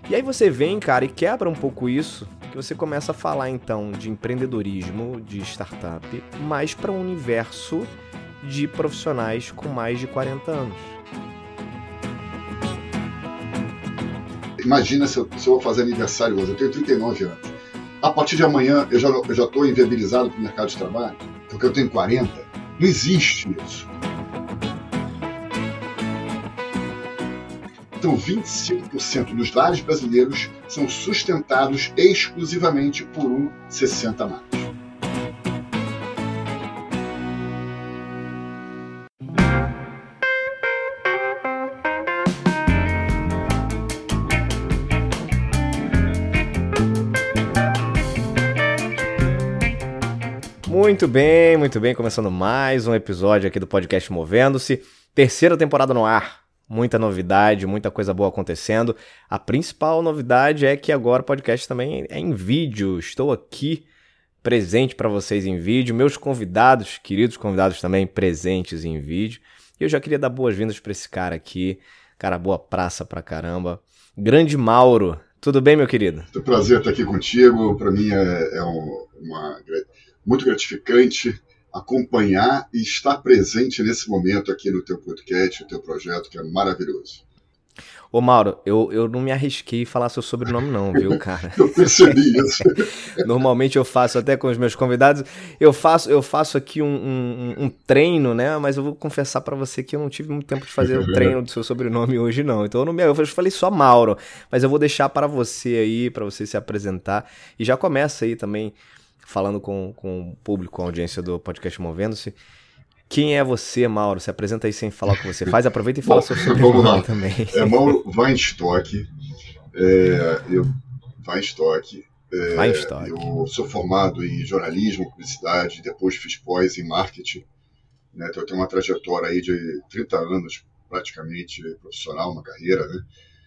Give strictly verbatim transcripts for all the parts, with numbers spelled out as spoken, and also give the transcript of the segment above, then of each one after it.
E aí você vem, cara, e quebra um pouco isso, que você começa a falar, então, de empreendedorismo, de startup, mas para um universo de profissionais com mais de quarenta anos. Imagina se eu, se eu vou fazer aniversário hoje, eu tenho trinta e nove anos. A partir de amanhã eu já eu já estou inviabilizado para o mercado de trabalho, porque eu tenho quarenta. Não existe isso. Então, vinte e cinco por cento dos lares brasileiros são sustentados exclusivamente por um sessenta a mais. Muito bem, muito bem, começando mais um episódio aqui do podcast Movendo-se, terceira temporada no ar, muita novidade, muita coisa boa acontecendo. A principal novidade é que agora o podcast também é em vídeo, estou aqui presente para vocês em vídeo, meus convidados, queridos convidados também presentes em vídeo, e eu já queria dar boas-vindas para esse cara aqui, cara boa praça pra caramba, grande Mauro. Tudo bem, meu querido? É um prazer estar aqui contigo, para mim é, é um, uma... muito gratificante acompanhar e estar presente nesse momento aqui no teu podcast, no teu projeto, que é maravilhoso. Ô Mauro, eu, eu não me arrisquei em falar seu sobrenome não, viu, cara? Eu percebi isso. Normalmente eu faço até com os meus convidados, eu faço, eu faço aqui um, um, um treino, né? Mas eu vou confessar pra você que eu não tive muito tempo de fazer o treino do seu sobrenome hoje não. Então eu, não me, eu falei só Mauro, mas eu vou deixar para você aí, para você se apresentar. E já começa aí também falando com, com o público, com a audiência do podcast Movendo-se. Quem é você, Mauro? Se apresenta aí sem falar o que você faz. Aproveita e fala seu sobrenome também. É Mauro Weinstock. É, eu, Weinstock. É, Weinstock. Eu sou formado em jornalismo, publicidade, depois fiz pós em marketing. Né? Então eu tenho uma trajetória aí de trinta anos, praticamente, profissional, uma carreira, né?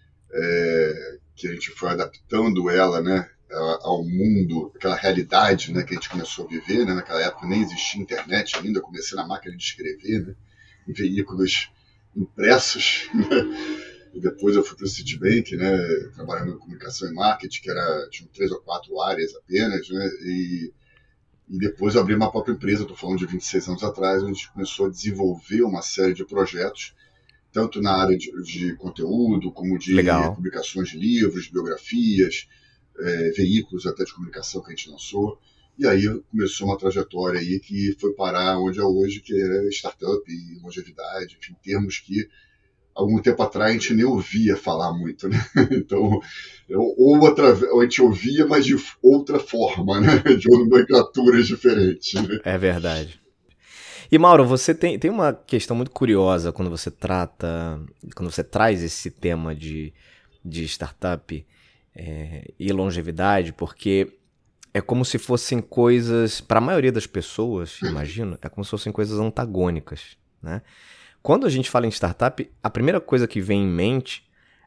É, que a gente foi adaptando ela, né, ao mundo, aquela realidade, né, que a gente começou a viver, né, naquela época nem existia internet ainda, eu comecei na máquina de escrever, né, em veículos impressos, né, e depois eu fui para o Citibank, né, trabalhando em comunicação e marketing, que era, tinham três ou quatro áreas apenas, né, e, e depois eu abri uma própria empresa, estou falando de vinte e seis anos atrás, onde a gente começou a desenvolver uma série de projetos, tanto na área de, de conteúdo, como de Legal. publicações de livros, de biografias, é, veículos até de comunicação que a gente lançou. E aí começou uma trajetória aí que foi parar onde é hoje, que é startup e longevidade, enfim, termos que algum tempo atrás a gente nem ouvia falar muito, né? Então, ou, outra, ou a gente ouvia, mas de outra forma, né? De nomenclaturas diferentes. Né? É verdade. E Mauro, você tem, tem uma questão muito curiosa quando você trata, quando você traz esse tema de, de startup é, e longevidade, porque é como se fossem coisas, para a maioria das pessoas, imagino, é como se fossem coisas antagônicas, né? Quando a gente fala em startup, a primeira coisa que vem em mente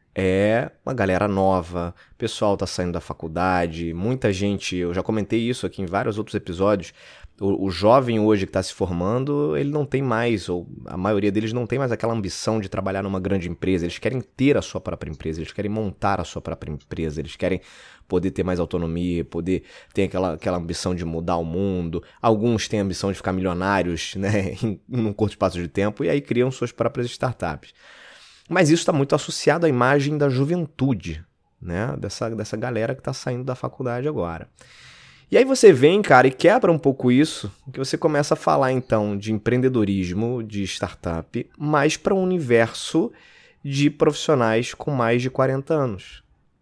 é uma galera nova, o pessoal tá saindo da faculdade, muita gente, eu já comentei isso aqui em vários outros episódios, o, o jovem hoje que está se formando, ele não tem mais, ou a maioria deles não tem mais aquela ambição de trabalhar numa grande empresa, eles querem ter a sua própria empresa, eles querem montar a sua própria empresa, eles querem poder ter mais autonomia, poder ter aquela, aquela ambição de mudar o mundo, alguns têm a ambição de ficar milionários, né, em, em um curto espaço de tempo, e aí criam suas próprias startups. Mas isso está muito associado à imagem da juventude, né? Dessa, dessa galera que está saindo da faculdade agora. E aí você vem, cara, e quebra um pouco isso, que você começa a falar, então, de empreendedorismo, de startup, mas para um universo de profissionais com mais de quarenta anos.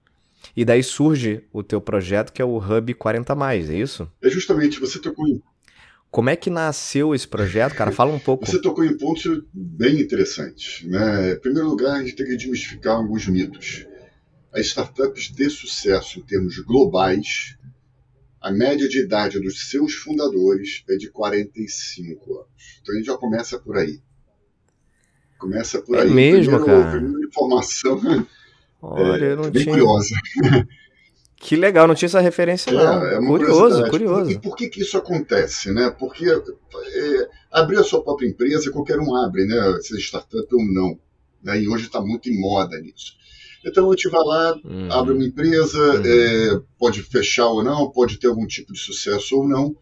E daí surge o teu projeto, que é o Hub quarenta mais, é isso? É justamente, você tocou em... Como é que nasceu esse projeto, cara? Fala um pouco. Você tocou em pontos bem interessantes, né? Em primeiro lugar, a gente tem que desmistificar alguns mitos. As startups de sucesso em termos globais, a média de idade dos seus fundadores é de quarenta e cinco anos. Então a gente já começa por aí. Começa por é aí. Mesmo, Primeiro, cara? Primeira informação Olha, é, eu não bem tinha... curiosa. Que legal, não tinha essa referência não. É, é uma curioso, curioso. E por que que isso acontece, né? Porque é, abrir a sua própria empresa, qualquer um abre, né? Seja startup ou não. Né? E hoje está muito em moda nisso. Então a gente vai lá, Uhum. abre uma empresa, Uhum. é, pode fechar ou não, pode ter algum tipo de sucesso ou não,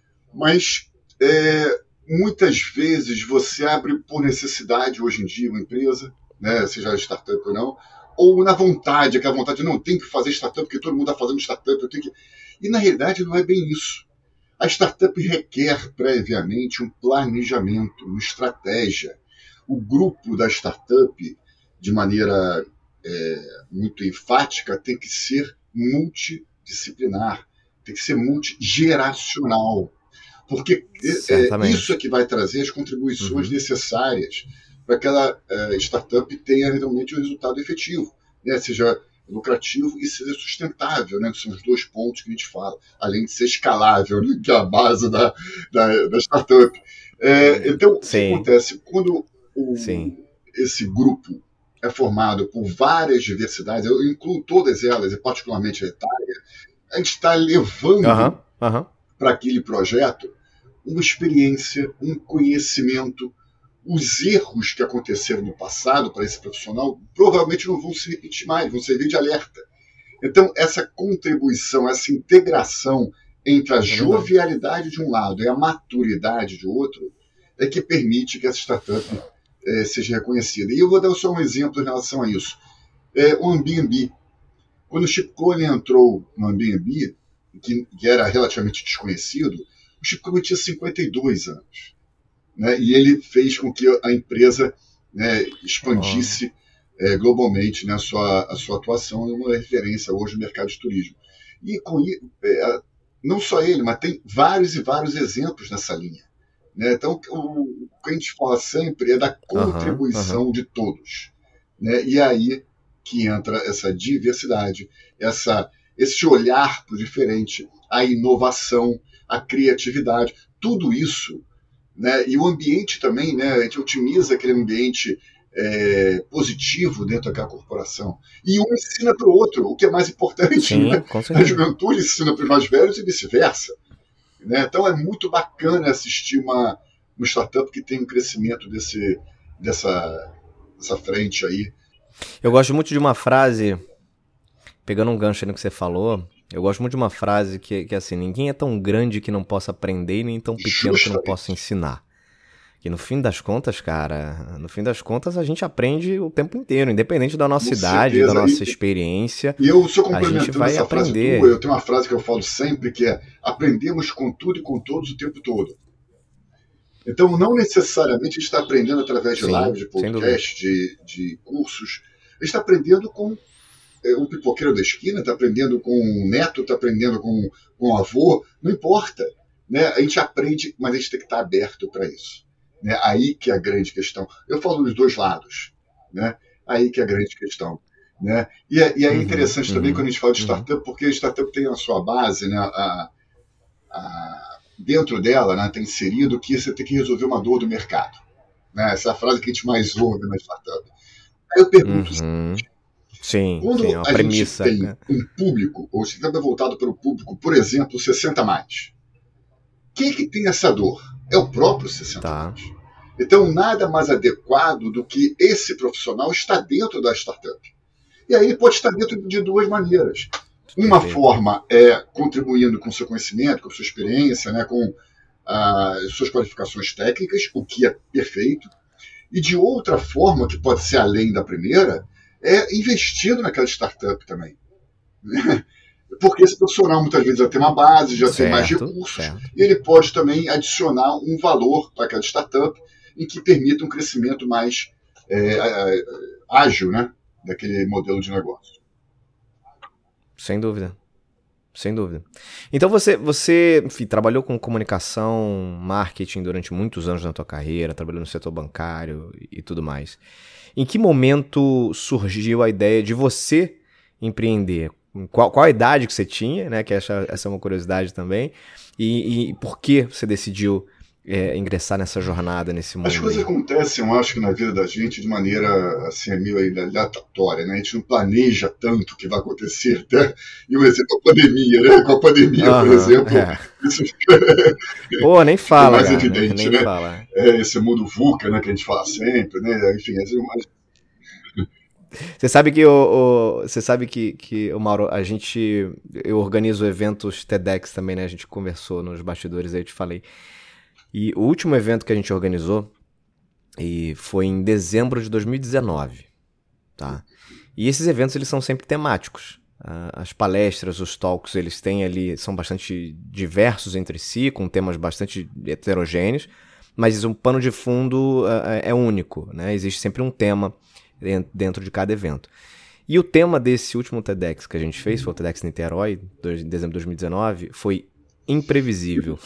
mas é, muitas vezes você abre por necessidade hoje em dia uma empresa, né, seja startup ou não, ou na vontade, aquela vontade de não, tem que fazer startup porque todo mundo está fazendo startup, eu tenho que... E na realidade não é bem isso. A startup requer previamente um planejamento, uma estratégia. O grupo da startup, de maneira é, muito enfática, tem que ser multidisciplinar, tem que ser multigeracional. Porque é, isso é que vai trazer as contribuições uhum. necessárias para que aquela é, startup tenha realmente um resultado efetivo, né? Seja lucrativo e seja sustentável, né? Que são os dois pontos que a gente fala, além de ser escalável, né? Que é a base da, da, da startup. É, então, Sim. o que acontece? Quando o, esse grupo é formado por várias diversidades, eu incluo todas elas, e particularmente a etária, a gente está levando uhum. Uhum. para aquele projeto uma experiência, um conhecimento. Os erros que aconteceram no passado para esse profissional provavelmente não vão se repetir mais, vão servir de alerta. Então, essa contribuição, essa integração entre a jovialidade de um lado e a maturidade de outro é que permite que essa startup é, seja reconhecida. E eu vou dar só um exemplo em relação a isso. É, o Airbnb. Quando o Chip Conley entrou no Airbnb, que, que era relativamente desconhecido, o Chip Conley tinha cinquenta e dois anos. Né, e ele fez com que a empresa, né, expandisse oh. é, globalmente, né, a, sua, a sua atuação, é uma referência hoje no mercado de turismo. E com é, não só ele, mas tem vários e vários exemplos nessa linha. Né? Então, o, o que a gente fala sempre é da contribuição uhum, uhum. de todos. Né? E é aí que entra essa diversidade, essa, esse olhar para o diferente, a inovação, a criatividade, tudo isso. Né? E o ambiente também, né? A gente otimiza aquele ambiente é, positivo dentro daquela corporação. E um ensina para o outro, o que é mais importante. Sim, né? com certeza. A juventude ensina para os mais velhos e vice-versa. Né? Então é muito bacana assistir uma, uma startup que tem um crescimento desse, dessa, dessa frente aí. Eu gosto muito de uma frase, pegando um gancho aí no que você falou, eu gosto muito de uma frase que, que é assim, ninguém é tão grande que não possa aprender e nem tão pequeno Justamente. que não possa ensinar. Que no fim das contas, cara, no fim das contas a gente aprende o tempo inteiro, independente da nossa Com idade, certeza. da nossa e, experiência, e eu sou a gente vai essa aprender. Frase tua, eu tenho uma frase que eu falo sempre que é, aprendemos com tudo e com todos o tempo todo. Então não necessariamente a gente está aprendendo através de Sim, live, de podcast, de, de cursos, a gente está aprendendo com um pipoqueiro da esquina, está aprendendo com um neto, está aprendendo com, com um avô, não importa. Né? A gente aprende, mas a gente tem que estar aberto para isso. Né? Aí que é a grande questão. Eu falo dos dois lados. Né? Aí que é a grande questão. Né? E, é, e é interessante uhum, também uhum, quando a gente fala de startup, uhum. porque a startup tem a sua base, né? a, a, dentro dela, né, tem inserido que você tem que resolver uma dor do mercado. Né? Essa é a frase que a gente mais ouve na startup. Aí eu pergunto uhum. o seguinte, Sim, Quando sim, é uma a premissa, gente tem né? um público, ou se está voltado para o público, por exemplo, sessenta mais, quem é que tem essa dor? É o próprio sessenta Tá. mais. Então, nada mais adequado do que esse profissional estar dentro da startup. E aí ele pode estar dentro de duas maneiras. Uma Perfeito. forma é contribuindo com seu conhecimento, com sua experiência, né, com ah, suas qualificações técnicas, o que é perfeito. E de outra forma, que pode ser além da primeira, é investindo naquela startup também. Porque esse profissional muitas vezes já tem uma base, já certo, tem mais recursos, certo. e ele pode também adicionar um valor para aquela startup em que permita um crescimento mais é, ágil, né, daquele modelo de negócio. Sem dúvida. Sem dúvida. Então você, você enfim, trabalhou com comunicação, marketing durante muitos anos na tua carreira, trabalhou no setor bancário e tudo mais. Em que momento surgiu a ideia de você empreender? Qual, qual a idade que você tinha, né? Que essa, essa é uma curiosidade também. E, e por que você decidiu é, ingressar nessa jornada, nesse mundo? As coisas aí? acontecem, eu acho que na vida da gente de maneira assim, meio aleatória, né? A gente não planeja tanto o que vai acontecer, até. E um exemplo, a pandemia, né? Com a pandemia, uhum, por exemplo. É. Isso Pô, nem fala, é mais cara, evidente, nem, nem né? Fala. É esse mundo VUCA, né? Que a gente fala sempre, né? Enfim, é mais... Você sabe que, o, o, você sabe que, que o Mauro, a gente, eu organizo eventos TEDx também, né? A gente conversou nos bastidores aí, eu te falei. E o último evento que a gente organizou e foi em dezembro de dois mil e dezenove, tá? E esses eventos, eles são sempre temáticos. As palestras, os talks, eles têm ali, são bastante diversos entre si, com temas bastante heterogêneos, mas um pano de fundo uh, é único, né? Existe sempre um tema dentro de cada evento. E o tema desse último TEDx que a gente fez, foi o TEDx Niterói, em dezembro de dois mil e dezenove, foi imprevisível.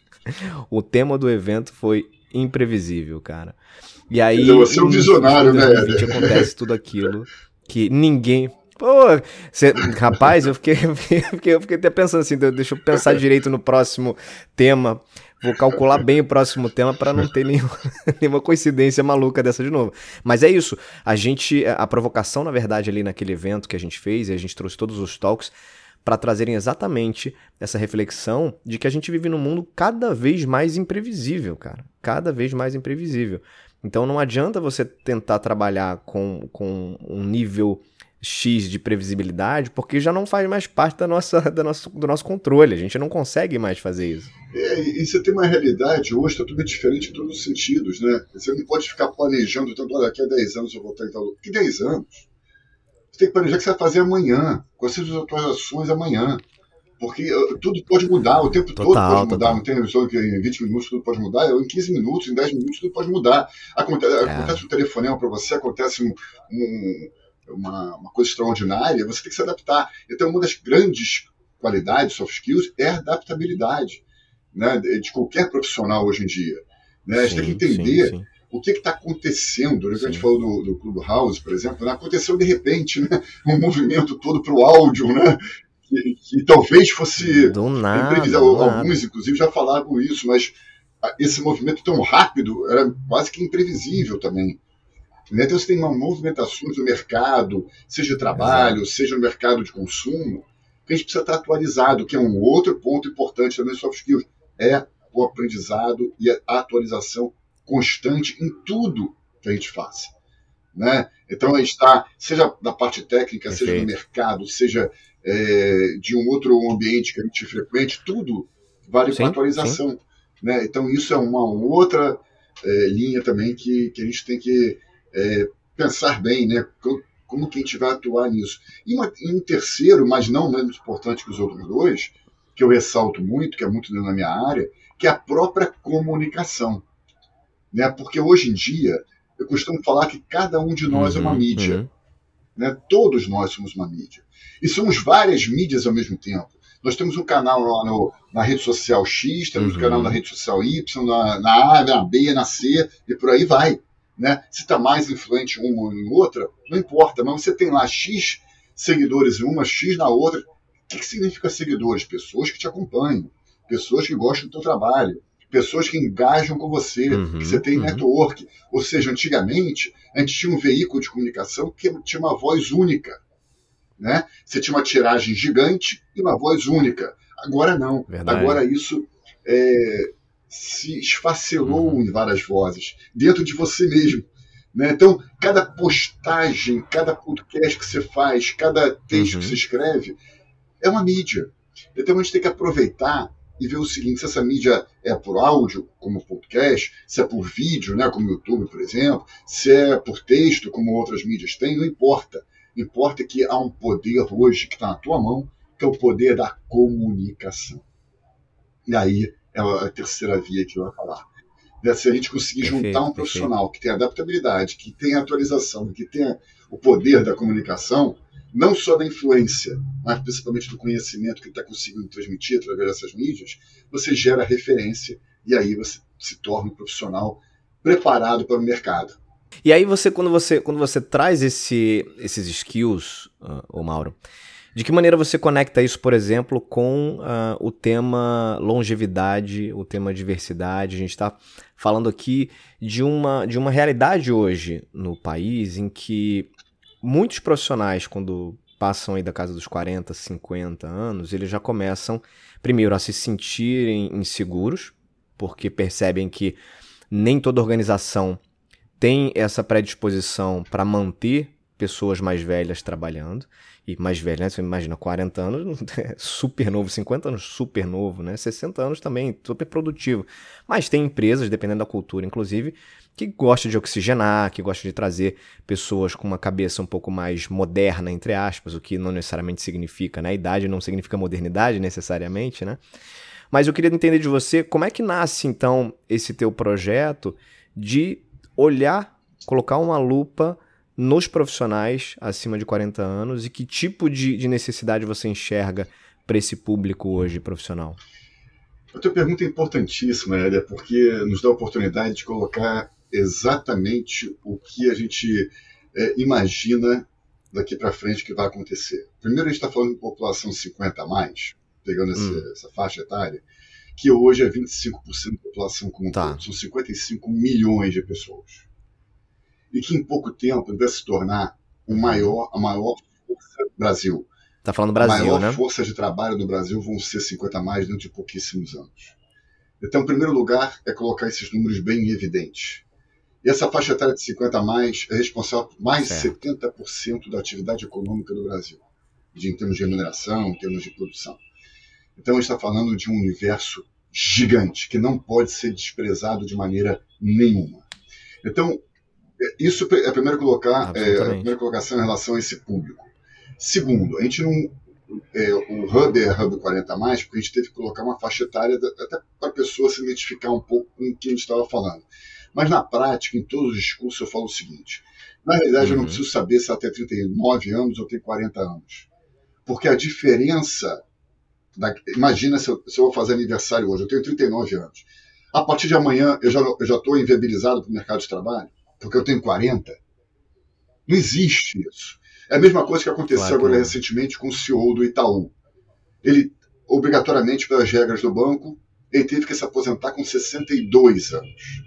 O tema do evento foi imprevisível, cara. E aí, você é um visionário, né? Em dois mil e vinte acontece tudo aquilo que ninguém... Pô, cê, rapaz, eu fiquei, eu, fiquei, eu fiquei até pensando assim, deixa eu pensar direito no próximo tema, vou calcular bem o próximo tema para não ter nenhum, nenhuma coincidência maluca dessa de novo. Mas é isso, a gente, a provocação na verdade ali naquele evento que a gente fez, e a gente trouxe todos os talks para trazerem exatamente essa reflexão de que a gente vive num mundo cada vez mais imprevisível, cara, cada vez mais imprevisível. Então não adianta você tentar trabalhar com, com um nível X de previsibilidade, porque já não faz mais parte da nossa, da nosso, do nosso controle. A gente não consegue mais fazer isso. É, e você tem uma realidade hoje totalmente diferente em todos os sentidos, né? Você não pode ficar planejando, então, olha, daqui a dez anos eu vou estar em tal lugar. Que dez anos? Você tem que planejar o que você vai fazer amanhã, quais são as suas ações amanhã. Porque uh, tudo pode mudar, o tempo total, todo pode mudar. Total. Não tem só que em vinte minutos tudo pode mudar, em quinze minutos, em dez minutos tudo pode mudar. Acontece, é. acontece um telefonema para você, acontece um, um Uma, uma coisa extraordinária, você tem que se adaptar. Então, uma das grandes qualidades, soft skills, é a adaptabilidade, né, de qualquer profissional hoje em dia. Né? A gente sim, tem que entender sim, sim. o que está acontecendo. Né? A gente falou do, do Clubhouse, por exemplo, né? Aconteceu de repente, né? Um movimento todo para o áudio, né? que, que talvez fosse do nada, imprevisível. do Alguns, nada. inclusive, já falavam isso, mas esse movimento tão rápido era quase que imprevisível também. Então você tem uma movimentações no mercado, seja de trabalho, Exato. seja no mercado de consumo, que a gente precisa estar atualizado, que é um outro ponto importante também dos soft skills, é o aprendizado e a atualização constante em tudo que a gente faça. Né? Então a gente está, seja da parte técnica, Perfeito. seja no mercado, seja é, de um outro ambiente que a gente frequente, tudo vale para atualização. Né? Então isso é uma outra é, linha também que, que a gente tem que É, pensar bem, né? Como, como que a gente vai atuar nisso. E, uma, e um terceiro, mas não menos importante que os outros dois, que eu ressalto muito, que é muito na minha área, que é a própria comunicação. Né? Porque hoje em dia, eu costumo falar que cada um de nós uhum, é uma mídia. Uhum. Né? Todos nós somos uma mídia. E somos várias mídias ao mesmo tempo. Nós temos um canal lá no, na rede social X, temos uhum. um canal na rede social Y, na, na A, na B, na C, e por aí vai. Né? Se está mais influente uma ou em outra, não importa, mas você tem lá X seguidores em uma, X na outra. O que, que significa seguidores? Pessoas que te acompanham, pessoas que gostam do teu trabalho, pessoas que engajam com você, uhum, que você tem uhum. network. Ou seja, antigamente, a gente tinha um veículo de comunicação que tinha uma voz única. Né? Você tinha uma tiragem gigante e uma voz única. Agora não. Verdade. Agora isso é... se esfacelou uhum. em várias vozes, dentro de você mesmo. Né? Então, cada postagem, cada podcast que você faz, cada texto uhum. que você escreve, é uma mídia. Então, a gente tem que aproveitar e ver o seguinte, se essa mídia é por áudio, como podcast, se é por vídeo, né, como o YouTube, por exemplo, se é por texto, como outras mídias têm, não importa. Importa que há um poder hoje que está na tua mão, que é o poder da comunicação. E aí, é a terceira via que eu ia falar. Se a gente conseguir perfeito, juntar um profissional perfeito. que tem adaptabilidade, que tem atualização, que tem o poder da comunicação, não só da influência, mas principalmente do conhecimento que ele está conseguindo transmitir através dessas mídias, você gera referência e aí você se torna um profissional preparado para o mercado. E aí você, quando você, quando você traz esse, esses skills, uh, ô Mauro, de que maneira você conecta isso, por exemplo, com uh, o tema longevidade, o tema diversidade? A gente está falando aqui de uma, de uma realidade hoje no país em que muitos profissionais, quando passam aí da casa dos quarenta, cinquenta anos, eles já começam, primeiro, a se sentirem inseguros, porque percebem que nem toda organização tem essa predisposição para manter pessoas mais velhas trabalhando, e mais velhas, né? Você imagina, quarenta anos, super novo, cinquenta anos, super novo, né? sessenta anos também, super produtivo. Mas tem empresas, dependendo da cultura, inclusive, que gostam de oxigenar, que gostam de trazer pessoas com uma cabeça um pouco mais moderna, entre aspas, o que não necessariamente significa, né? Idade não significa modernidade, necessariamente, né? Mas eu queria entender de você, como é que nasce, então, esse teu projeto de olhar, colocar uma lupa nos profissionais acima de quarenta anos e que tipo de, de necessidade você enxerga para esse público hoje profissional? A tua pergunta é importantíssima, Hélia, porque nos dá a oportunidade de colocar exatamente o que a gente é, imagina daqui para frente que vai acontecer. Primeiro, a gente está falando de população cinquenta a mais, pegando essa, hum. essa faixa etária, que hoje é vinte e cinco por cento da população como um tá. todo. São cinquenta e cinco milhões de pessoas. E que em pouco tempo vai se tornar o maior, a maior força do Brasil. Tá falando Brasil, né? A maior né? força de trabalho do Brasil vão ser cinquenta a mais dentro de pouquíssimos anos. Então, em primeiro lugar, é colocar esses números bem evidentes. E essa faixa etária de cinquenta a mais é responsável por mais de setenta por cento da atividade econômica do Brasil, de, em termos de remuneração, em termos de produção. Então, a gente está falando de um universo gigante, que não pode ser desprezado de maneira nenhuma. Então, isso é a primeira, colocar, é, a primeira colocação em relação a esse público. Segundo, a gente não. É, o Hub é Hub quarenta a mais, porque a gente teve que colocar uma faixa etária até para a pessoa se identificar um pouco com o que a gente estava falando. Mas na prática, em todos os discursos, eu falo o seguinte: na realidade, uhum. eu não preciso saber se ela tem trinta e nove anos ou tem quarenta anos. Porque a diferença. Da, imagina se eu, se eu vou fazer aniversário hoje, eu tenho trinta e nove anos. A partir de amanhã, eu já estou inviabilizado para o mercado de trabalho, porque eu tenho quarenta. Não existe isso. É a mesma coisa que aconteceu claro, agora claro. recentemente com o C E O do Itaú. Ele, obrigatoriamente, pelas regras do banco, ele teve que se aposentar com sessenta e dois anos.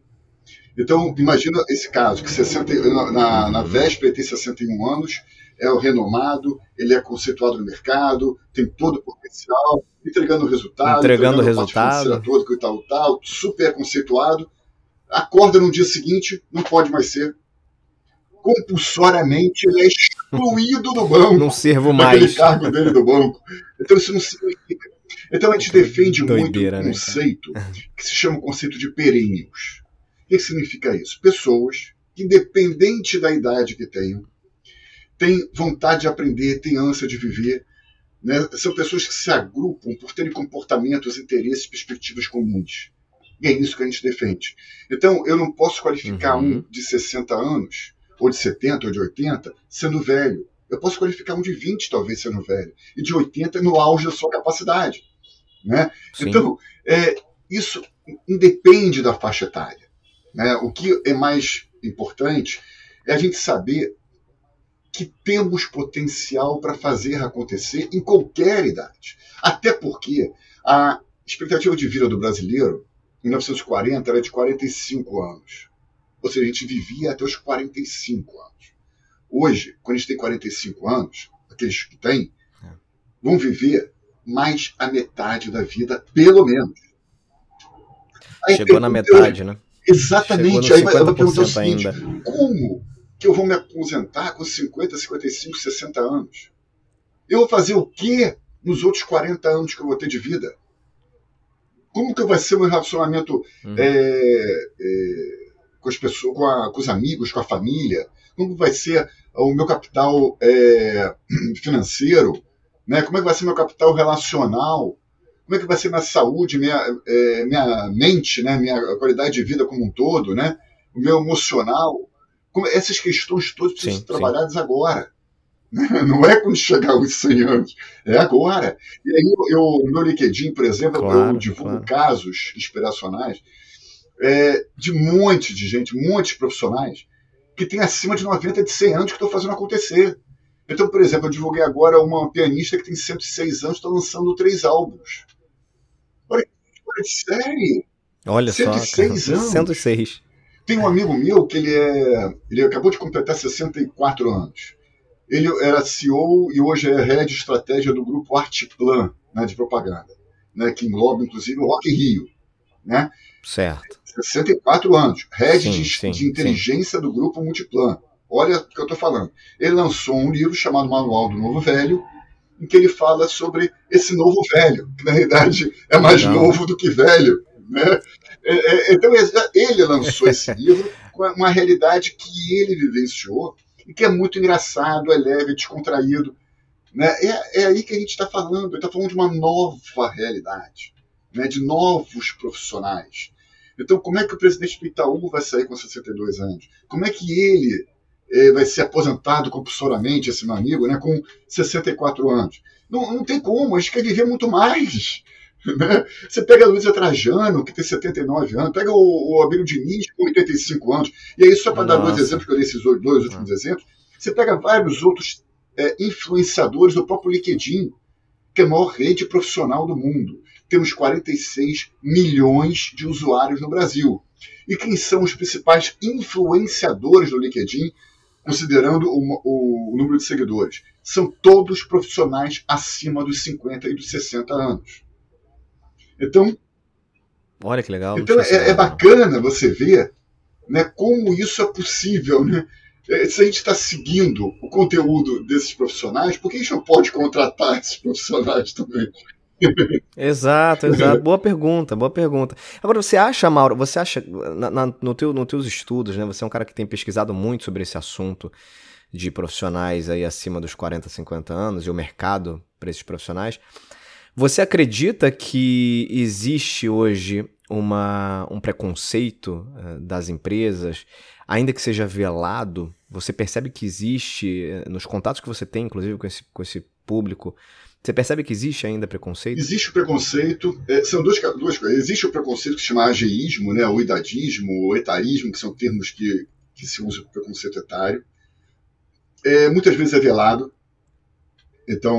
Então, imagina esse caso, que sessenta, na, na véspera ele tem sessenta e um anos, é o renomado, ele é conceituado no mercado, tem todo o potencial, entregando resultado, entregando, entregando o resultado, todo que o Itaú tal, super conceituado, acorda no dia seguinte, não pode mais ser. Compulsoriamente ele é excluído do banco. Não servo mais. Daquele cargo dele do banco. Então isso não significa. Então a gente defende Doideira, muito um conceito né, que se chama o conceito de perênios. O que significa isso? Pessoas que, independente da idade que tenham, têm vontade de aprender, têm ânsia de viver. Né? São pessoas que se agrupam por terem comportamentos, interesses, perspectivas comuns. E é isso que a gente defende. Então eu não posso qualificar uhum. um de sessenta anos ou de setenta, ou de oitenta, sendo velho. Eu posso qualificar um de vinte, talvez, sendo velho. E de oitenta, no auge da sua capacidade. Né? Então, é, isso independe da faixa etária. Né? O que é mais importante é a gente saber que temos potencial para fazer acontecer em qualquer idade. Até porque a expectativa de vida do brasileiro, em mil novecentos e quarenta, era de quarenta e cinco anos. Ou seja, a gente vivia até os quarenta e cinco anos. Hoje, quando a gente tem quarenta e cinco anos, aqueles que têm, vão viver mais a metade da vida, pelo menos. Aí Chegou na metade, eu, né? Exatamente. Aí vai perguntar o seguinte, ainda. Como que eu vou me aposentar com cinquenta, cinquenta e cinco, sessenta anos? Eu vou fazer o quê nos outros quarenta anos que eu vou ter de vida? Como que vai ser o meu relacionamento uhum. é, é, com as pessoas, com, a, com os amigos, com a família? Como vai ser o meu capital é, financeiro? Né? Como é que vai ser meu capital relacional? Como é que vai ser minha saúde, minha, é, minha mente, né? Minha qualidade de vida como um todo, né? O meu emocional? Como, essas questões todas precisam ser trabalhadas agora. Não é quando chegar aos cem anos, é agora. E aí eu, eu, no meu LinkedIn, por exemplo, claro, eu divulgo claro. casos inspiracionais é, de um monte de gente, um monte de profissionais que tem acima de noventa, de cem anos que estão fazendo acontecer. Então, por exemplo, eu divulguei agora uma pianista que tem cento e seis anos, está lançando três álbuns. Olha que série! Olha cento e seis só, anos. cento e seis. Tem um amigo meu que ele, é, ele acabou de completar sessenta e quatro anos. Ele era C E O e hoje é head de estratégia do grupo Artplan, né, de propaganda, né, que engloba, inclusive, o Rock in Rio. Né? Certo. sessenta e quatro anos. Head sim, de, sim, de inteligência sim. do grupo Multiplan. Olha o que eu estou falando. Ele lançou um livro chamado Manual do Novo Velho, em que ele fala sobre esse novo velho, que na realidade é mais Legal. novo do que velho. Né? É, é, então ele lançou esse livro com uma realidade que ele vivenciou e que é muito engraçado, é leve, é descontraído. Né? É, é aí que a gente está falando. Ele está falando de uma nova realidade, né? De novos profissionais. Então, como é que o presidente do Itaú vai sair com sessenta e dois anos? Como é que ele eh, vai ser aposentado compulsoriamente, esse meu amigo, né, com sessenta e quatro anos? Não, não tem como, a gente quer viver muito mais. Né? Você pega a Luísa Trajano, que tem setenta e nove anos, pega o, o Abílio Diniz, com oitenta e cinco anos, e aí só para dar dois exemplos, que eu dei esses dois, dois últimos exemplos, você pega vários outros é, influenciadores do próprio LinkedIn, que é a maior rede profissional do mundo. Temos quarenta e seis milhões de usuários no Brasil. E quem são os principais influenciadores do LinkedIn, considerando o, o número de seguidores? São todos profissionais acima dos cinquenta e dos sessenta anos. Então, olha que legal. Então é, é bacana você ver, né, como isso é possível. Né? Se a gente está seguindo o conteúdo desses profissionais, por que a gente não pode contratar esses profissionais também? Exato, exato. Boa pergunta, boa pergunta. Agora, você acha, Mauro, você acha, na, na, no teu, nos teus estudos, né, você é um cara que tem pesquisado muito sobre esse assunto de profissionais aí acima dos quarenta, cinquenta anos e o mercado para esses profissionais, você acredita que existe hoje uma, um preconceito uh, das empresas, ainda que seja velado? Você percebe que existe, uh, nos contatos que você tem, inclusive com esse, com esse público, você percebe que existe ainda preconceito? Existe o preconceito, é, são duas, duas coisas. Existe o preconceito que se chama ageísmo, né, o idadismo, o etarismo, que são termos que, que se usam para o preconceito etário. É, muitas vezes é velado. Então,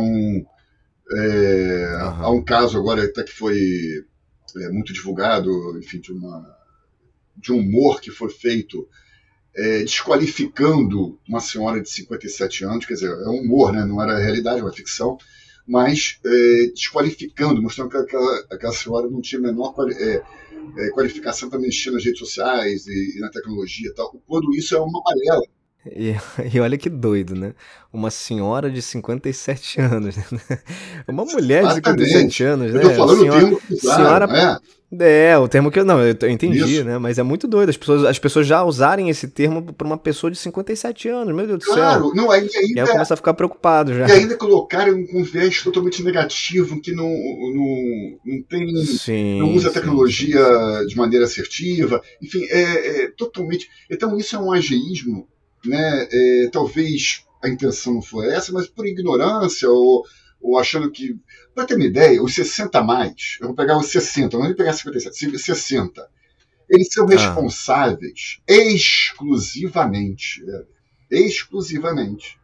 é, uhum. há um caso agora até que foi é, muito divulgado, enfim, de, uma, de um humor que foi feito é, desqualificando uma senhora de cinquenta e sete anos, quer dizer, é um humor, né, não era realidade, é uma ficção, mas é, desqualificando, mostrando que aquela, aquela senhora não tinha a menor quali, é, é, qualificação para mexer nas redes sociais e, e na tecnologia e tal, quando isso é uma balela. E, e olha que doido, né? Uma senhora de cinquenta e sete anos, né? Uma mulher de cinquenta e sete anos, né? Eu tô falando senhora, o termo que usaram, senhora, é? É, o termo que eu... Não, eu, eu entendi, Isso. né? Mas é muito doido as pessoas, as pessoas já usarem esse termo para uma pessoa de cinquenta e sete anos, meu Deus do claro, céu. Não, ainda, e aí eu começo a ficar preocupado já. E ainda colocarem um viés totalmente negativo, que não, não, não tem... Sim, não usa a sim, tecnologia sim, sim. de maneira assertiva. Enfim, é, é totalmente... Então isso é um ageísmo, né? É, talvez a intenção não foi essa, mas por ignorância ou, ou achando que... Para ter uma ideia, os sessenta a mais, eu vou pegar os sessenta, não vou pegar cinquenta e sete, sessenta, eles são responsáveis ah. exclusivamente, é, exclusivamente,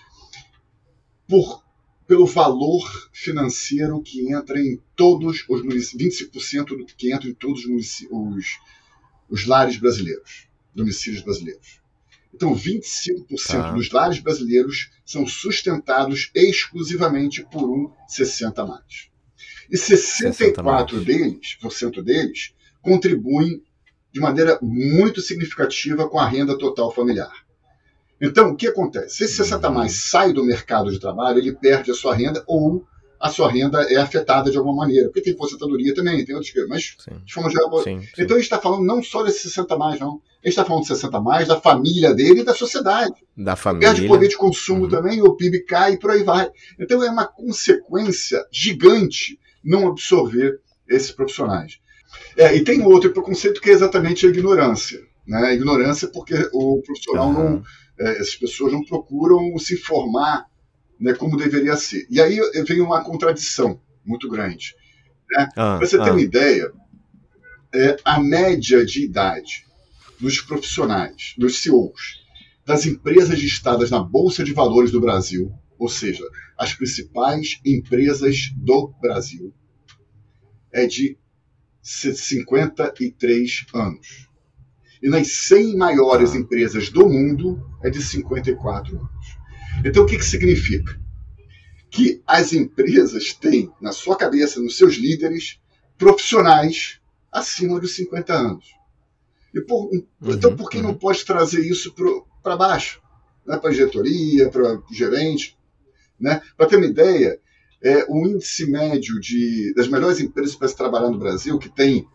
por, pelo valor financeiro que entra em todos os municípios, vinte e cinco por cento do que entra em todos os, os, os lares brasileiros, domicílios brasileiros. Então, vinte e cinco por cento tá. dos lares brasileiros são sustentados exclusivamente por um sessenta a mais. E sessenta e quatro por cento deles, deles contribuem de maneira muito significativa com a renda total familiar. Então, o que acontece? Se esse sessenta a mais sai do mercado de trabalho, ele perde a sua renda ou a sua renda é afetada de alguma maneira. Porque tem aposentadoria também, tem outras coisas. Mas, sim. de forma geral... Sim, sim. Então, a gente está falando não só desse sessenta a mais, não. A gente está falando de sessenta a mais, da família dele e da sociedade. Da família. Perde poder de consumo uhum. também, o P I B cai e por aí vai. Então, é uma consequência gigante não absorver esses profissionais. É, e tem outro preconceito que é exatamente a ignorância. Né? A ignorância porque o profissional uhum. não... É, essas pessoas não procuram se informar, né, como deveria ser. E aí vem uma contradição muito grande. Né? Ah, Para você ah. ter uma ideia, é, a média de idade dos profissionais, dos C E Os, das empresas listadas na Bolsa de Valores do Brasil, ou seja, as principais empresas do Brasil, é de cinquenta e três anos. E nas cem maiores ah. empresas do mundo é de cinquenta e quatro anos. Então, o que, que significa? Que as empresas têm, na sua cabeça, nos seus líderes, profissionais acima dos cinquenta anos. E por, uhum, então, por que uhum. não pode trazer isso para baixo? né, para a diretoria, para o gerente. Né? Para ter uma ideia, é, o índice médio de, das melhores empresas para se trabalhar no Brasil, que tem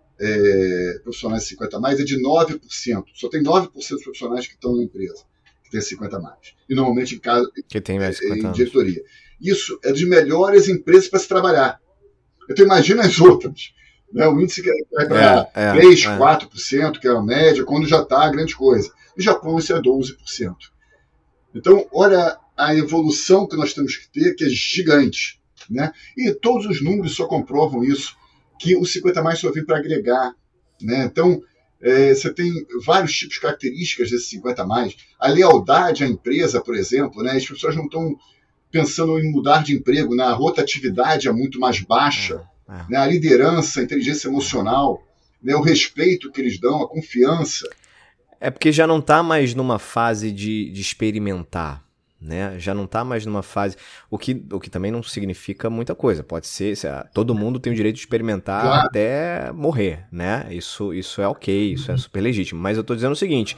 é, profissionais de cinquenta a mais, é de nove por cento. Só tem nove por cento dos profissionais que estão na empresa, que tem cinquenta a mais. E normalmente em, casa, que tem mais é, em anos. diretoria. Isso é das melhores empresas para se trabalhar. Então imagina as outras. Né? O índice que é para é, é, três, é. quatro por cento, que é a média, quando já está a grande coisa. No Japão isso é doze por cento. Então, olha a evolução que nós temos que ter, que é gigante. Né? E todos os números só comprovam isso, que o cinquenta a mais só vem para agregar. Né? Então, é, você tem vários tipos de características desse cinquenta a mais. A lealdade à empresa, por exemplo, né? As pessoas não estão pensando em mudar de emprego, né? A rotatividade é muito mais baixa, é, é. Né? A liderança, a inteligência emocional, né? O respeito que eles dão, a confiança. É porque já não está mais numa fase de, de experimentar, né? Já não está mais numa fase... O que, o que também não significa muita coisa. Pode ser... Todo mundo tem o direito de experimentar claro. Até morrer, né? Isso, isso é ok, isso é super legítimo. Mas eu estou dizendo o seguinte...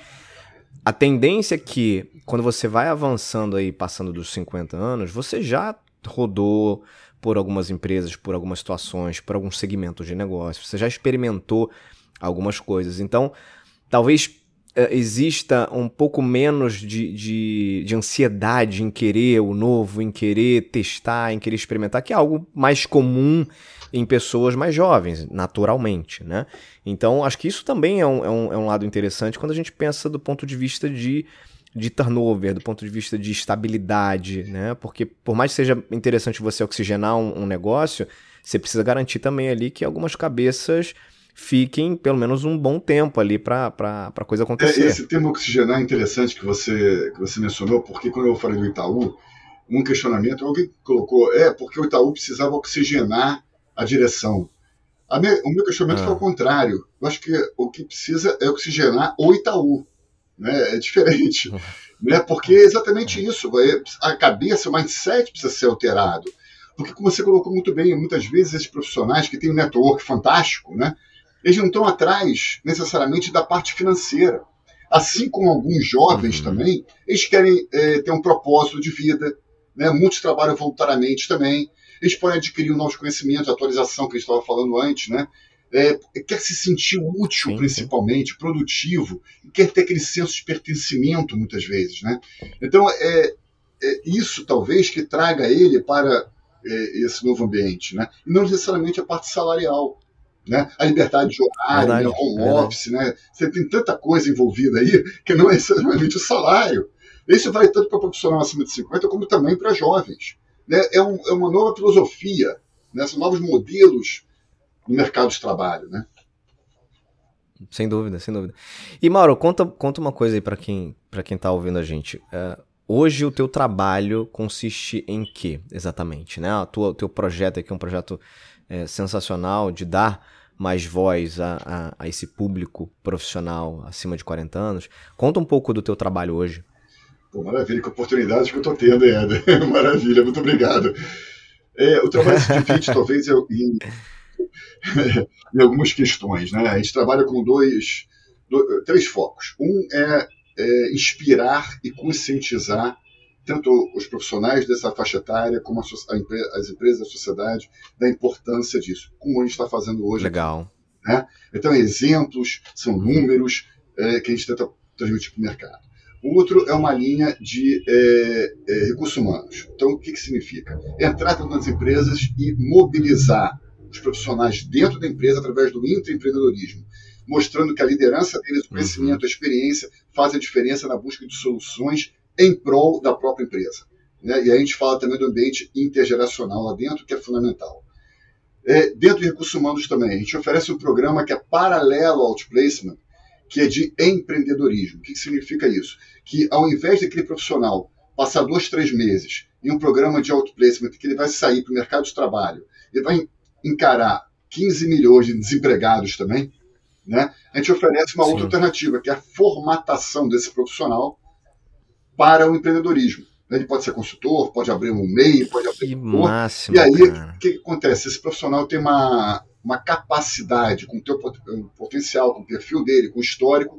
A tendência é que, quando você vai avançando aí, passando dos cinquenta anos, você já rodou por algumas empresas, por algumas situações, por alguns segmentos de negócio, você já experimentou algumas coisas. Então, talvez uh, exista um pouco menos de, de, de ansiedade em querer o novo, em querer testar, em querer experimentar, que é algo mais comum em pessoas mais jovens, naturalmente, né? Então, acho que isso também é um, é, um, é um lado interessante quando a gente pensa do ponto de vista de, de turnover, do ponto de vista de estabilidade, né? Porque por mais que seja interessante você oxigenar um, um negócio, você precisa garantir também ali que algumas cabeças fiquem pelo menos um bom tempo ali para a coisa acontecer. É, esse termo oxigenar é interessante que você, que você mencionou, porque quando eu falei do Itaú, um questionamento, alguém colocou, é porque o Itaú precisava oxigenar a direção. A minha, o meu questionamento ah. foi ao contrário. Eu acho que o que precisa é oxigenar o Itaú. Né? É diferente. Né? Porque é exatamente isso. A cabeça, o mindset precisa ser alterado. Porque, como você colocou muito bem, muitas vezes esses profissionais que têm um network fantástico, né? Eles não estão atrás necessariamente da parte financeira. Assim como alguns jovens uhum. também, eles querem é, ter um propósito de vida. Né? Muitos trabalham voluntariamente também. Eles podem adquirir um novo conhecimento, atualização que a gente estava falando antes, né? É, quer se sentir útil, sim, principalmente, sim. produtivo, e quer ter aquele senso de pertencimento, muitas vezes, né? Então, é, é isso, talvez, que traga ele para é, esse novo ambiente, né? E não necessariamente a parte salarial, né? A liberdade de horário, verdade, né? Home verdade. Office, né? Você tem tanta coisa envolvida aí que não é necessariamente o salário. Isso vale tanto para profissional acima de cinquenta como também para jovens. Né? É, um, é uma nova filosofia, né? São novos modelos no mercado de trabalho. Né? Sem dúvida, sem dúvida. E Mauro, conta, conta uma coisa aí para quem para quem está ouvindo a gente. Uh, hoje o teu trabalho consiste em quê, exatamente? Né? A tua, o teu projeto aqui é um projeto é, sensacional de dar mais voz a, a, a esse público profissional acima de quarenta anos. Conta um pouco do teu trabalho hoje. Pô, maravilha, que oportunidade que eu estou tendo, Éder. Maravilha, muito obrigado. É, o trabalho se divide, talvez, em, em algumas questões. Né? A gente trabalha com dois, dois, três focos. Um é, é inspirar e conscientizar tanto os profissionais dessa faixa etária como a, a, as empresas da sociedade da importância disso, como a gente está fazendo hoje. Legal. Aqui, né? Então, exemplos, são números é, que a gente tenta transmitir para o mercado. O outro é uma linha de é, é, recursos humanos. Então, o que, que significa? Entrar nas empresas e mobilizar os profissionais dentro da empresa através do intraempreendedorismo, mostrando que a liderança deles, o conhecimento, a experiência fazem a diferença na busca de soluções em prol da própria empresa. Né? E aí a gente fala também do ambiente intergeracional lá dentro, que é fundamental. É, dentro de recursos humanos também, a gente oferece um programa que é paralelo ao outplacement, que é de empreendedorismo. O que significa isso? Que ao invés daquele profissional passar dois, três meses em um programa de outplacement, que ele vai sair para o mercado de trabalho, ele vai encarar quinze milhões de desempregados também, né? A gente oferece uma Sim. outra alternativa, que é a formatação desse profissional para o empreendedorismo. Ele pode ser consultor, pode abrir um M E I, pode abrir que um máximo, E aí, o que, que acontece? Esse profissional tem uma, uma capacidade, com o teu potencial, com o perfil dele, com o histórico,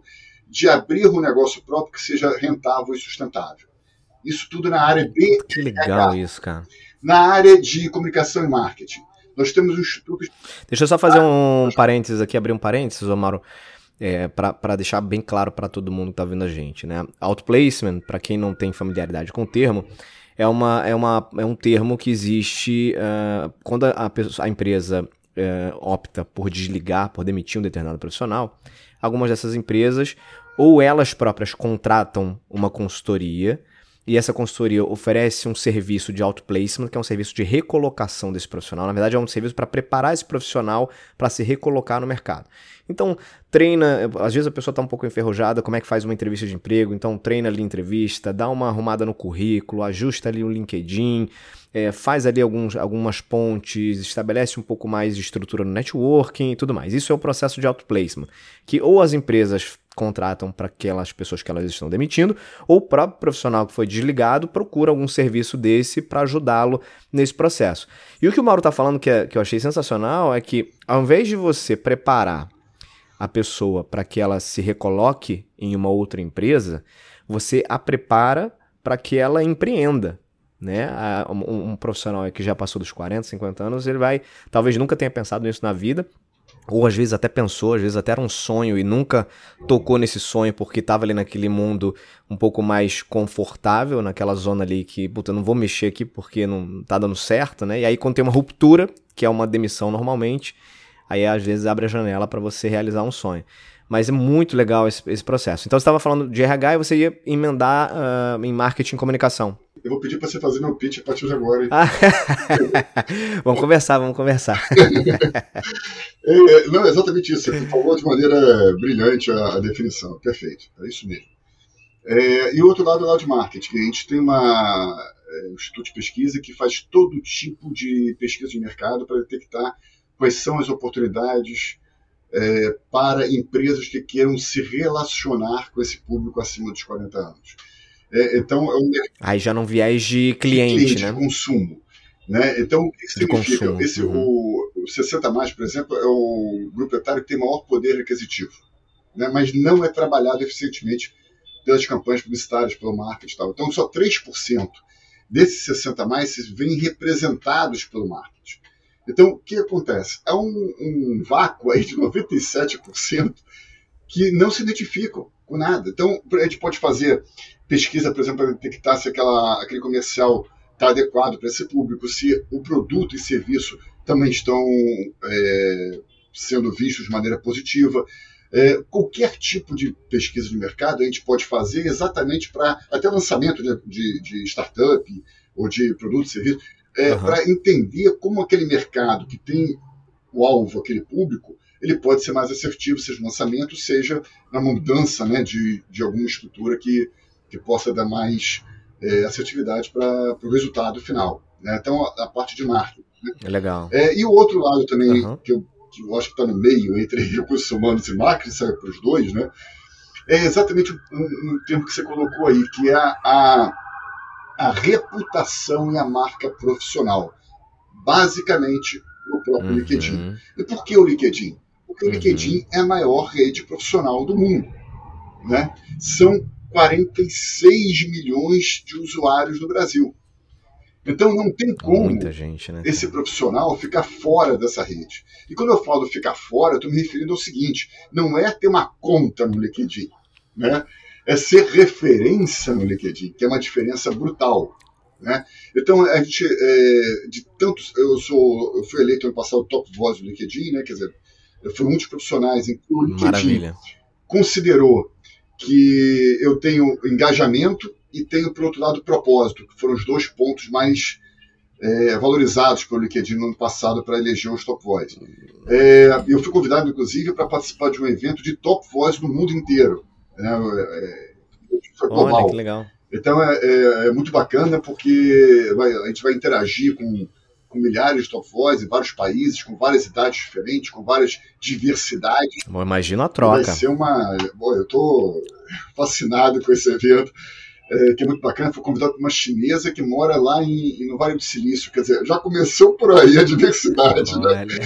de abrir um negócio próprio que seja rentável e sustentável. Isso tudo na área de... Que legal isso, cara. Na área de comunicação e marketing. Nós temos um instituto... Deixa eu só fazer um parênteses aqui, abrir um parênteses, Mauro, é, para deixar bem claro para todo mundo que está vendo a gente, né? Outplacement, para quem não tem familiaridade com o termo, é, uma, é, uma, é um termo que existe uh, quando a, a empresa uh, opta por desligar, por demitir um determinado profissional. Algumas dessas empresas, ou elas próprias contratam uma consultoria, e essa consultoria oferece um serviço de outplacement, que é um serviço de recolocação desse profissional. Na verdade, é um serviço para preparar esse profissional para se recolocar no mercado. Então, treina, às vezes a pessoa está um pouco enferrujada, como é que faz uma entrevista de emprego, então treina ali a entrevista, dá uma arrumada no currículo, ajusta ali o LinkedIn, é, faz ali alguns, algumas pontes, estabelece um pouco mais de estrutura no networking e tudo mais. Isso é o processo de outplacement, que ou as empresas contratam para aquelas pessoas que elas estão demitindo, ou o próprio profissional que foi desligado procura algum serviço desse para ajudá-lo nesse processo. E o que o Mauro está falando, que, é, que eu achei sensacional, é que ao invés de você preparar a pessoa para que ela se recoloque em uma outra empresa, você a prepara para que ela empreenda. Né? Um, um profissional que já passou dos quarenta, cinquenta anos, ele vai, talvez nunca tenha pensado nisso na vida, ou às vezes até pensou, às vezes até era um sonho e nunca tocou nesse sonho porque estava ali naquele mundo um pouco mais confortável, naquela zona ali que, puta, eu não vou mexer aqui porque não tá dando certo, né? E aí quando tem uma ruptura, que é uma demissão normalmente, aí às vezes abre a janela para você realizar um sonho. Mas é muito legal esse, esse processo. Então você estava falando de R H e você ia emendar uh, em marketing e comunicação. Eu vou pedir para você fazer meu pitch a partir de agora. Hein? Vamos conversar, vamos conversar. é, não, é exatamente isso. Você falou de maneira brilhante a, a definição. Perfeito, é isso mesmo. É, e o outro lado é o lado de marketing. A gente tem uma, é, um instituto de pesquisa que faz todo tipo de pesquisa de mercado para detectar quais são as oportunidades é, para empresas que queiram se relacionar com esse público acima dos quarenta anos. É, então, é um aí já não viés de cliente, de, cliente, né? de consumo. Né? Então, o que de significa? Consumo. Esse, uhum. o, o sessenta mais, por exemplo, é o grupo etário que tem maior poder aquisitivo, né? Mas não é trabalhado eficientemente pelas campanhas publicitárias, pelo marketing e tal. Então, só três por cento desses sessenta mais se veem representados pelo marketing. Então, o que acontece? Há um, um vácuo aí de noventa e sete por cento que não se identificam com nada. Então, a gente pode fazer pesquisa, por exemplo, para detectar se aquela, aquele comercial está adequado para esse público, se o produto e serviço também estão é, sendo vistos de maneira positiva. É, qualquer tipo de pesquisa de mercado a gente pode fazer exatamente para, até lançamento de, de, de startup ou de produto e serviço, é, uhum. para entender como aquele mercado que tem o alvo, aquele público, ele pode ser mais assertivo, seja no lançamento, seja na mudança, né, de, de alguma estrutura que, que possa dar mais é, assertividade para o resultado final. Né? Então, a, a parte de marketing. Né? É legal. É, e o outro lado também, uhum. que, eu, que eu acho que está no meio entre recursos humanos e marketing, serve para os dois, né? É exatamente um, um termo que você colocou aí, que é a, a, a reputação e a marca profissional. Basicamente, o próprio uhum. LinkedIn. E por que o LinkedIn? Porque o LinkedIn uhum. é a maior rede profissional do mundo. Né? São quarenta e seis milhões de usuários no Brasil. Então não tem como Muita gente, né? esse profissional ficar fora dessa rede. E quando eu falo ficar fora, eu estou me referindo ao seguinte, não é ter uma conta no LinkedIn, né? É ser referência no LinkedIn, que é uma diferença brutal. Né? Então, a gente, é, de tantos, eu, sou, eu fui eleito ano passado top voz do LinkedIn, né? Quer dizer, eu fui um dos profissionais em que o LinkedIn Maravilha. considerou que eu tenho engajamento e tenho, por outro lado, propósito, que foram os dois pontos mais é, valorizados pelo LinkedIn no ano passado para eleger os Top Voice. É, eu fui convidado, inclusive, para participar de um evento de Top Voice no mundo inteiro. Né? É, foi global. Olha, que legal. Então é, é, é muito bacana porque vai, a gente vai interagir com, com milhares de Top Voice em vários países, com várias idades diferentes, com várias diversidades. Bom, imagina a troca. Vai ser uma... Bom, eu estou fascinado com esse evento. é, que é muito bacana, foi convidado por uma chinesa que mora lá em, no Vale do Silício. Quer dizer, já começou por aí a diversidade. Olha. Né?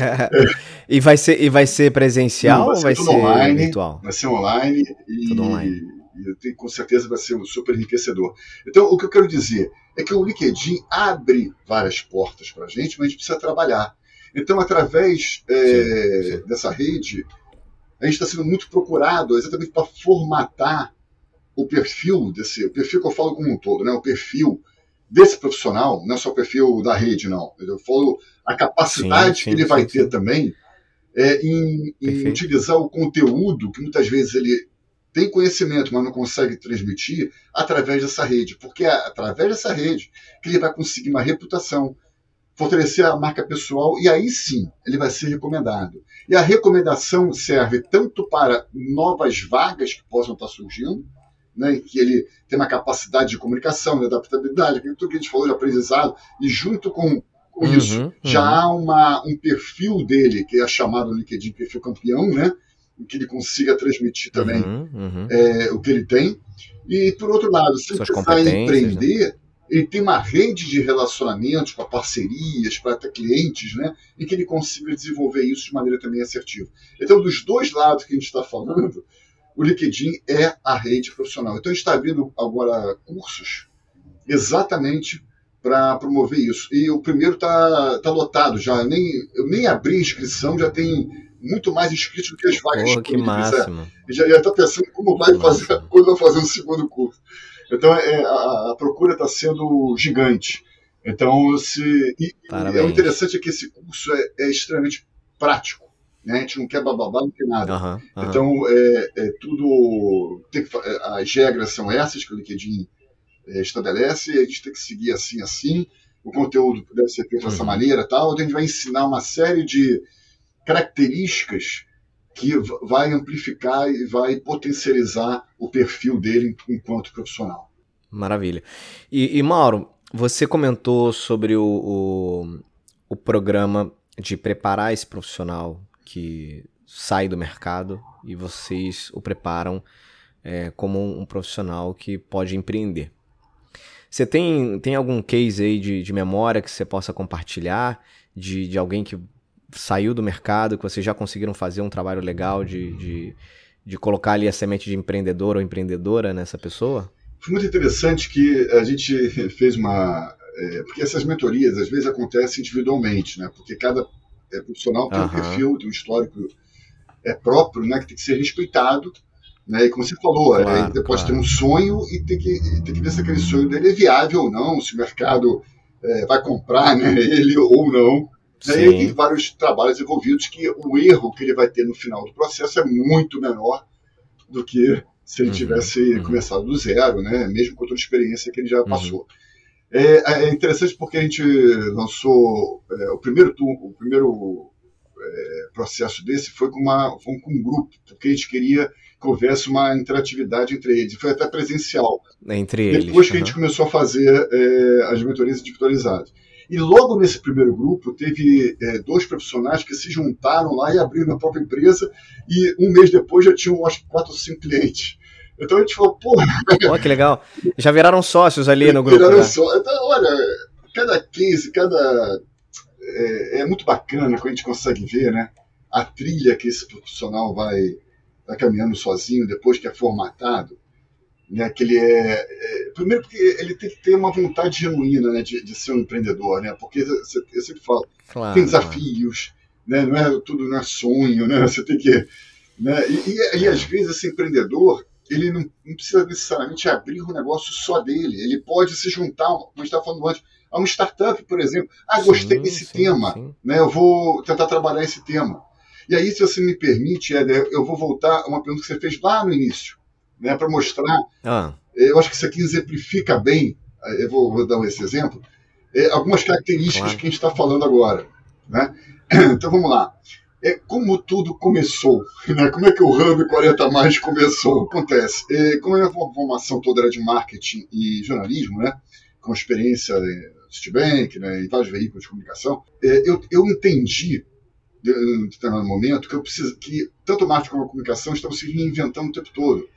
E, vai ser, e vai ser presencial? Não, vai ou vai ser ser online, virtual? Vai ser online e, tudo online. e eu tenho, com certeza vai ser um super enriquecedor. Então, o que eu quero dizer é que o LinkedIn abre várias portas para a gente, mas a gente precisa trabalhar. Então, através é, sim, sim. dessa rede, a gente está sendo muito procurado exatamente para formatar o perfil desse, o perfil que eu falo como um todo, né? O perfil desse profissional, não é só o perfil da rede, não. Eu falo a capacidade sim, sim, que ele vai sim, ter sim. também é, em, em utilizar o conteúdo que muitas vezes ele tem conhecimento, mas não consegue transmitir através dessa rede, porque é através dessa rede que ele vai conseguir uma reputação, fortalecer a marca pessoal, e aí sim ele vai ser recomendado. E a recomendação serve tanto para novas vagas que possam estar surgindo, né, que ele tem uma capacidade de comunicação, de adaptabilidade, tudo que a gente falou de aprendizado, e junto com, com uhum, isso uhum. já há uma, um perfil dele, que é chamado no LinkedIn perfil campeão, né, que ele consiga transmitir também uhum, uhum. É, o que ele tem. E, por outro lado, se ele precisar empreender, né? Ele tem uma rede de relacionamentos para parcerias, para até clientes, né, em que ele consiga desenvolver isso de maneira também assertiva. Então, dos dois lados que a gente está falando, o LinkedIn é a rede profissional. Então, a gente está abrindo agora cursos exatamente para promover isso. E o primeiro está tá lotado já. Eu nem, eu nem abri a inscrição, já tem muito mais inscritos do que as vagas. Pô, que máximo. É. Já está pensando como vai fazer, quando vai fazer um segundo curso. Então, é, a, a procura está sendo gigante. Então, se, e, e o interessante é que esse curso é, é extremamente prático. Né? A gente não quer bababá, não quer nada. Uhum, uhum. Então, é, é tudo. Tem que, as regras são essas que o LinkedIn é, estabelece, a gente tem que seguir assim, assim. O conteúdo deve ser feito uhum. dessa maneira, tal. Então, a gente vai ensinar uma série de características que vai amplificar e vai potencializar o perfil dele enquanto profissional. Maravilha. E, e Mauro, você comentou sobre o, o, o programa de preparar esse profissional que sai do mercado e vocês o preparam é, como um profissional que pode empreender. Você tem, tem algum case aí de, de memória que você possa compartilhar de, de alguém que saiu do mercado, que vocês já conseguiram fazer um trabalho legal de, de, de colocar ali a semente de empreendedor ou empreendedora nessa pessoa? Foi muito interessante que a gente fez uma... É, porque essas mentorias às vezes acontecem individualmente, né? Porque cada é, profissional tem uhum. um perfil, tem um histórico é, próprio, né? Que tem que ser respeitado, né? E como você falou, claro, é, ele pode claro. ter um sonho e tem que, tem que ver se aquele sonho dele é viável ou não, se o mercado é, vai comprar, né, ele ou não. E aí tem vários trabalhos envolvidos que o erro que ele vai ter no final do processo é muito menor do que se ele uhum, tivesse uhum. começado do zero, né? Mesmo com toda a experiência que ele já passou. Uhum. É, é interessante porque a gente lançou é, o primeiro turno, o primeiro é, processo desse foi com, uma, foi com um grupo, porque a gente queria que houvesse uma interatividade entre eles. Foi até presencial. Entre Depois eles. Depois que uhum. a gente começou a fazer é, as mentorias individualizadas. E logo nesse primeiro grupo, teve é, dois profissionais que se juntaram lá e abriram a própria empresa, e um mês depois já tinham, acho que, quatro ou cinco clientes. Então a gente falou, porra... Pô, que legal. Já viraram sócios ali no grupo. Viraram né? sócios. Então, olha, cada case, cada... É, é muito bacana quando a gente consegue ver, né, a trilha que esse profissional vai, vai caminhando sozinho, depois que é formatado. Né, que ele é, é primeiro porque ele tem que ter uma vontade genuína, né, de, de ser um empreendedor, né, porque eu sempre falo, claro, tem desafios, claro. Né, não é tudo não é sonho, né, você tem que, né, e, e, e às vezes esse empreendedor ele não, não precisa necessariamente abrir um negócio só dele, ele pode se juntar, como a gente estava falando antes, a uma startup, por exemplo. Ah, gostei sim, desse sim, tema, sim. Né, eu vou tentar trabalhar esse tema. E aí, se você me permite, Éder, eu vou voltar a uma pergunta que você fez lá no início. Né, para mostrar, ah. eu acho que isso aqui exemplifica bem, eu vou, vou dar esse exemplo, é, algumas características claro. Que a gente está falando agora. Né? Então vamos lá. É, como tudo começou? Né? Como é que o Hub quarenta mais começou? Acontece, é, como a minha formação toda era de marketing e jornalismo, né, com experiência em Citibank, né, em vários veículos de comunicação, é, eu, eu entendi em determinado momento que, eu preciso, que tanto o marketing como a comunicação estavam se reinventando o tempo todo.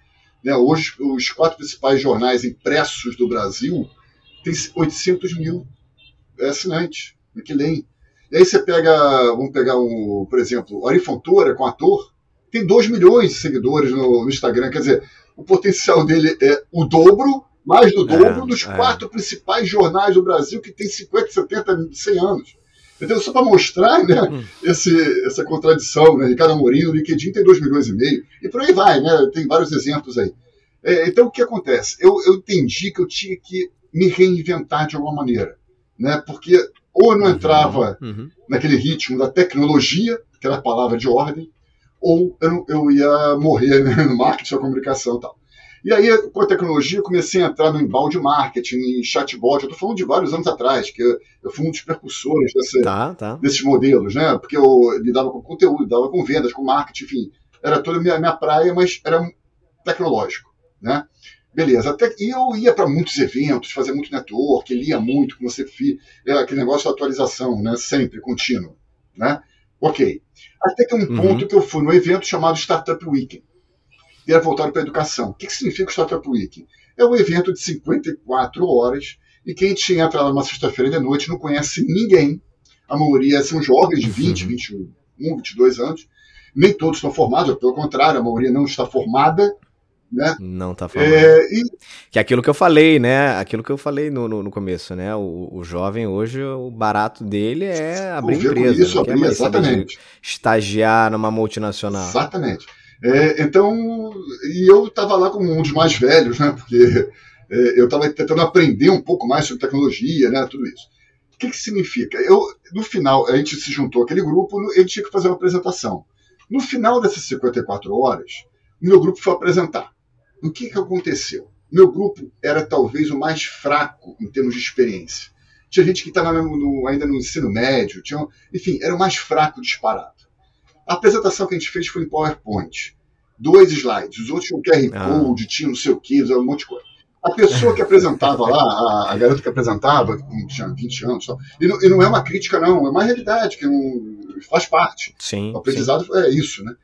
Né? Hoje, os quatro principais jornais impressos do Brasil têm oitocentos mil assinantes, que leem. E aí você pega, vamos pegar, um, por exemplo, o Ari Fontoura, com ator, tem dois milhões de seguidores no, no Instagram. Quer dizer, o potencial dele é o dobro, mais do dobro, é, dos é. quatro principais jornais do Brasil, que tem cinquenta, setenta, cem anos. Então, só para mostrar, né, hum. esse, essa contradição, né? Ricardo Amorim, no LinkedIn tem dois milhões e meio, e por aí vai, né? Tem vários exemplos aí. É, então, o que acontece? Eu, eu entendi que eu tinha que me reinventar de alguma maneira, né? Porque ou eu não entrava uhum, uhum. naquele ritmo da tecnologia, que era a palavra de ordem, ou eu, eu ia morrer, né, no marketing, na comunicação e tal. E aí, com a tecnologia, eu comecei a entrar no embalde marketing, em chatbot. Eu estou falando de vários anos atrás, que eu, eu fui um dos percussores desse, tá, tá. desses modelos, né? Porque eu lidava com conteúdo, lidava com vendas, com marketing, enfim. Era toda a minha, minha praia, mas era tecnológico, né? Beleza. Até, e eu ia para muitos eventos, fazia muito network, lia muito, como você fez, aquele negócio de atualização, né? Sempre, contínuo, né? Ok. Até que um uhum. ponto que eu fui num evento chamado Startup Weekend. E era voltado para a educação. O que, que significa o Startup Week? É um evento de cinquenta e quatro horas, e quem tinha entrado numa sexta-feira de noite não conhece ninguém. A maioria são jovens de vinte, vinte e um, vinte e dois anos. Nem todos estão formados, pelo contrário, a maioria não está formada. Né? Não está formada. É, e... Que é aquilo que eu falei, né? Aquilo que eu falei no, no, no começo, né? O, o jovem hoje, o barato dele é abrir empresa. Isso, abrir, é exatamente. Estagiar numa multinacional. Exatamente. É, então, e eu estava lá como um dos mais velhos, né? Porque é, eu estava tentando aprender um pouco mais sobre tecnologia, né? Tudo isso. O que, que significa? Eu, no final, a gente se juntou àquele grupo, a gente tinha que fazer uma apresentação. No final dessas cinquenta e quatro horas, o meu grupo foi apresentar. O que, que aconteceu? Meu grupo era talvez o mais fraco em termos de experiência. Tinha gente que estava ainda no ensino médio, tinha, enfim, era o mais fraco disparado. A apresentação que a gente fez foi em PowerPoint. Dois slides. Os outros tinham Q R Code, ah. tinha não sei o que, um monte de coisa. A pessoa que apresentava lá, a, a garota que apresentava, que tinha vinte anos, só, e, não, e não é uma crítica, não, é uma realidade, que não, faz parte. Sim, o aprendizado sim. é isso, né?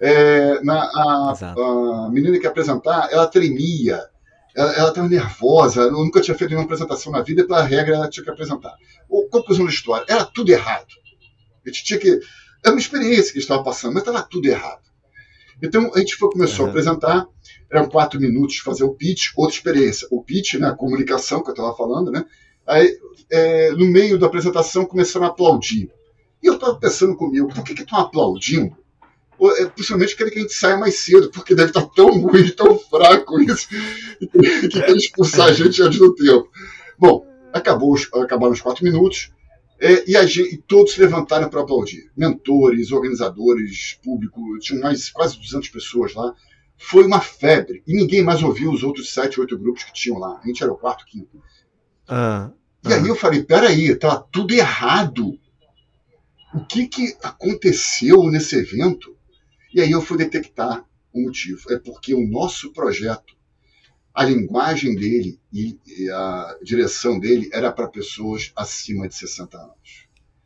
É, na, a, a menina que ia apresentar, ela tremia, ela estava nervosa, eu nunca tinha feito nenhuma apresentação na vida, e pela regra ela tinha que apresentar. O, conclusão da história, era tudo errado. A gente tinha que... É uma experiência que estava passando, mas estava tudo errado. Então, a gente foi, começou uhum. a apresentar, eram quatro minutos de fazer o pitch, outra experiência. O pitch, né, a comunicação que eu estava falando, né? Aí, é, no meio da apresentação, começaram a aplaudir. E eu estava pensando comigo, por que que estão aplaudindo? É, principalmente querem que a gente saia mais cedo, porque deve estar tão ruim, tão fraco isso, que querem expulsar a gente antes do tempo. Bom, acabou, acabaram os quatro minutos. É, e, a gente, e todos se levantaram para aplaudir. Mentores, organizadores, público, tinham mais quase duzentas pessoas lá. Foi uma febre. E ninguém mais ouviu os outros sete, oito grupos que tinham lá. A gente era o quarto, quinto. Ah, e ah. aí eu falei, peraí, tá tudo errado. O que, que aconteceu nesse evento? E aí eu fui detectar o motivo. É porque o nosso projeto, a linguagem dele e a direção dele era para pessoas acima de sessenta anos.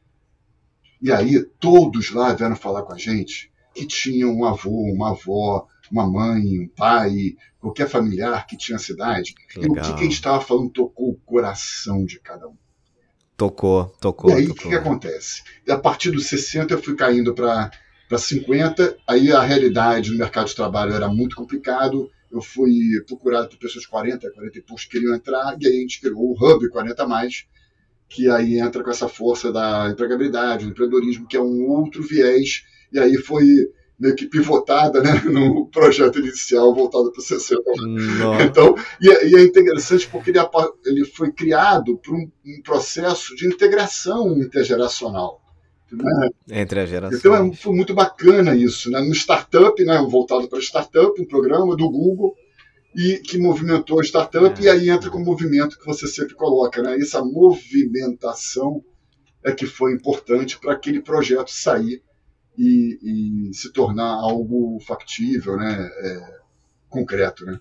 E aí todos lá vieram falar com a gente que tinham um avô, uma avó, uma mãe, um pai, qualquer familiar que tinha cidade. Legal. E o que, que a gente estava falando tocou o coração de cada um. Tocou, tocou. E aí o que, que acontece? E a partir dos sessenta eu fui caindo para cinquenta, aí a realidade no mercado de trabalho era muito complicado. Eu fui procurado por pessoas de quarenta, quarenta e poucos que queriam entrar, e aí a gente criou o Hub quarenta mais, que aí entra com essa força da empregabilidade, do empreendedorismo, que é um outro viés, e aí foi meio que pivotada, né, no projeto inicial voltado para o sessenta. Então, e é, e é interessante porque ele, ele foi criado por um, um processo de integração intergeracional. Né? Entre as gerações. Então foi muito bacana isso, né? No startup, né? Voltado para startup, um programa do Google e que movimentou a startup, é. E aí entra com o movimento que você sempre coloca, né? Essa movimentação é que foi importante para aquele projeto sair e, e se tornar algo factível, né? É, concreto, né?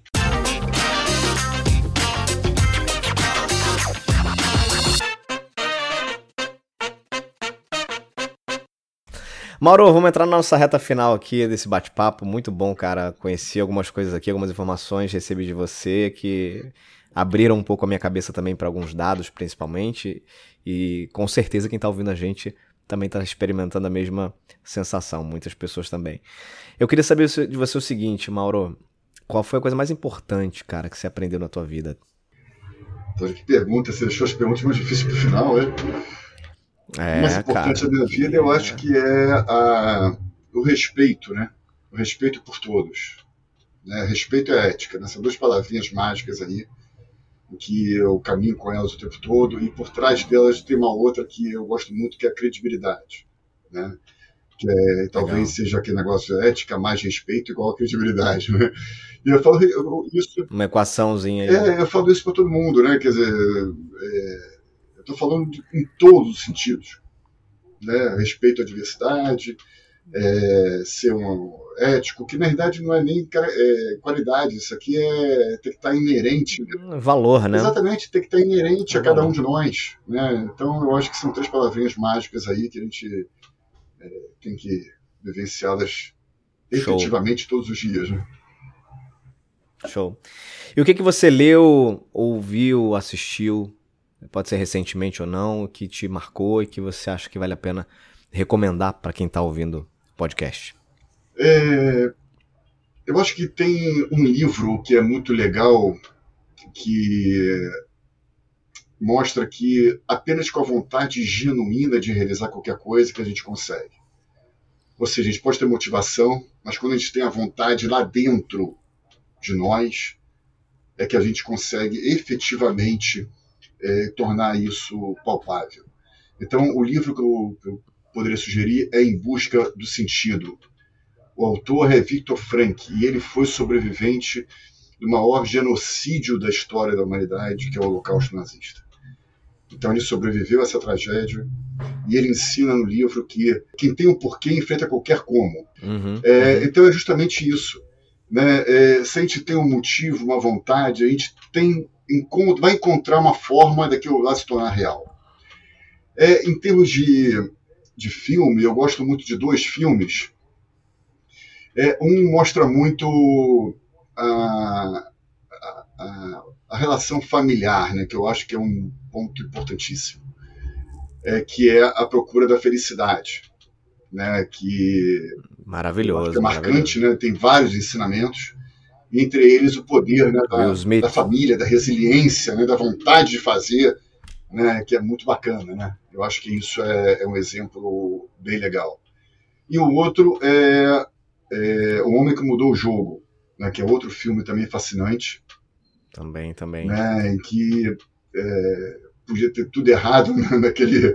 Mauro, vamos entrar na nossa reta final aqui desse bate-papo. Muito bom, cara. Conheci algumas coisas aqui, algumas informações recebi de você que abriram um pouco a minha cabeça também para alguns dados, principalmente. E com certeza quem tá ouvindo a gente também tá experimentando a mesma sensação. Muitas pessoas também. Eu queria saber de você o seguinte, Mauro. Qual foi a coisa mais importante, cara, que você aprendeu na tua vida? Então, que pergunta, você deixou as perguntas mais difíceis pro final, né? É, o mais importante cara, da minha vida, eu acho que é a, o respeito, né? O respeito por todos. Né? Respeito e ética, né? São duas palavrinhas mágicas aí, que eu caminho com elas o tempo todo, e por trás delas tem uma outra que eu gosto muito, que é a credibilidade. Né? Que é, talvez legal. seja aquele negócio de ética mais respeito igual a credibilidade. Né? E eu falo eu, isso. Uma equaçãozinha aí. É, eu falo isso para todo mundo, né? Quer dizer, é, eu estou falando de, em todos os sentidos. Né? Respeito à diversidade, é, ser um ético, que na verdade não é nem é, qualidade, isso aqui é, tem que estar inerente. Valor, né? Exatamente, tem que estar inerente é a cada valor. um de nós. Né? Então eu acho que são três palavrinhas mágicas aí que a gente é, tem que vivenciá-las efetivamente todos os dias. Né? Show. E o que, que você leu, ouviu, assistiu, pode ser recentemente ou não, que te marcou e que você acha que vale a pena recomendar para quem está ouvindo o podcast? É, eu acho que tem um livro que é muito legal, que mostra que apenas com a vontade genuína de realizar qualquer coisa que a gente consegue. Ou seja, a gente pode ter motivação, mas quando a gente tem a vontade lá dentro de nós, é que a gente consegue efetivamente é, tornar isso palpável. Então, o livro que eu, que eu poderia sugerir é Em Busca do Sentido. O autor é Viktor Frankl, e ele foi sobrevivente do maior genocídio da história da humanidade, que é o Holocausto nazista. Então ele sobreviveu a essa tragédia, e ele ensina no livro que quem tem um porquê enfrenta qualquer como. Uhum, é, uhum. Então é justamente isso. Né? É, se a gente tem um motivo, uma vontade, a gente tem, vai encontrar uma forma daquilo lá se tornar real. É, em termos de, de filme, eu gosto muito de dois filmes. É, um mostra muito a, a, a relação familiar, né, que eu acho que é um ponto importantíssimo, é, que é A Procura da Felicidade. Né, que maravilhoso, que é marcante, né, tem vários ensinamentos, entre eles o poder, né, da, da família, da resiliência, né, da vontade de fazer, né, que é muito bacana. Né? Eu acho que isso é, é um exemplo bem legal. E o outro é, é O Homem que Mudou o Jogo, né, que é outro filme também fascinante. Também, também. Né, em que é, podia ter tudo errado, né, naquele...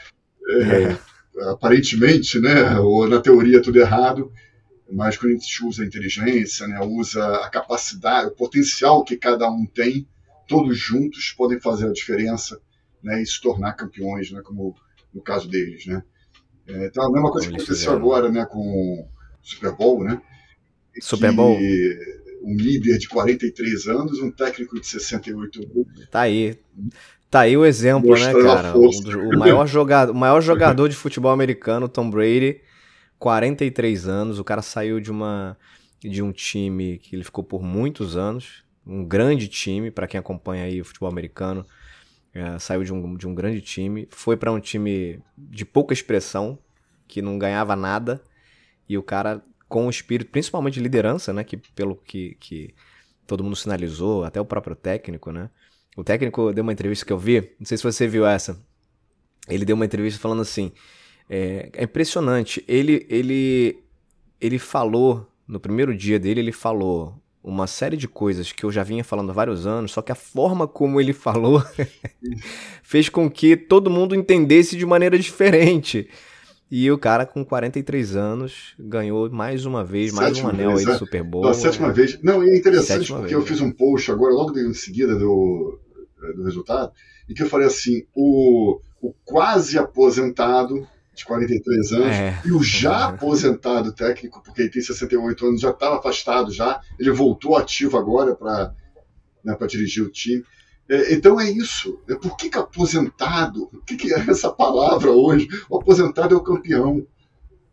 É, aparentemente, né, ou na teoria tudo errado, mas quando a gente usa a inteligência, né, usa a capacidade, o potencial que cada um tem, todos juntos podem fazer a diferença, né, e se tornar campeões, né, como no caso deles. Né. Então a mesma coisa que aconteceu agora, né, com o Super Bowl, né, Super Bowl. Um líder de quarenta e três anos, um técnico de sessenta e oito anos. Tá aí. Tá aí o exemplo, né, cara? O, o, maior jogador, o maior jogador de futebol americano, Tom Brady, quarenta e três anos. O cara saiu de, uma, de um time que ele ficou por muitos anos. Um grande time, para quem acompanha aí o futebol americano. É, saiu de um, de um grande time. Foi para um time de pouca expressão, que não ganhava nada. E o cara, com o espírito, principalmente de liderança, né? Que pelo que, que todo mundo sinalizou, até o próprio técnico, né? O técnico deu uma entrevista que eu vi, não sei se você viu essa, ele deu uma entrevista falando assim, é, é impressionante, ele, ele, ele falou, no primeiro dia dele, ele falou uma série de coisas que eu já vinha falando há vários anos, só que a forma como ele falou fez com que todo mundo entendesse de maneira diferente. E o cara, com quarenta e três anos, ganhou mais uma vez, mais sétima um anel vez, aí do Super Bowl. Pela sétima é... vez. Não, e é interessante sétima porque vez, eu fiz né? um post agora, logo em seguida do, do resultado, e que eu falei assim, o, o quase aposentado de quarenta e três anos é. e o já aposentado técnico, porque ele tem sessenta e oito anos, já estava afastado já, ele voltou ativo agora para, né, para dirigir o time. É, então é isso. É, por que, que aposentado? O que, que é essa palavra hoje? O aposentado é o campeão.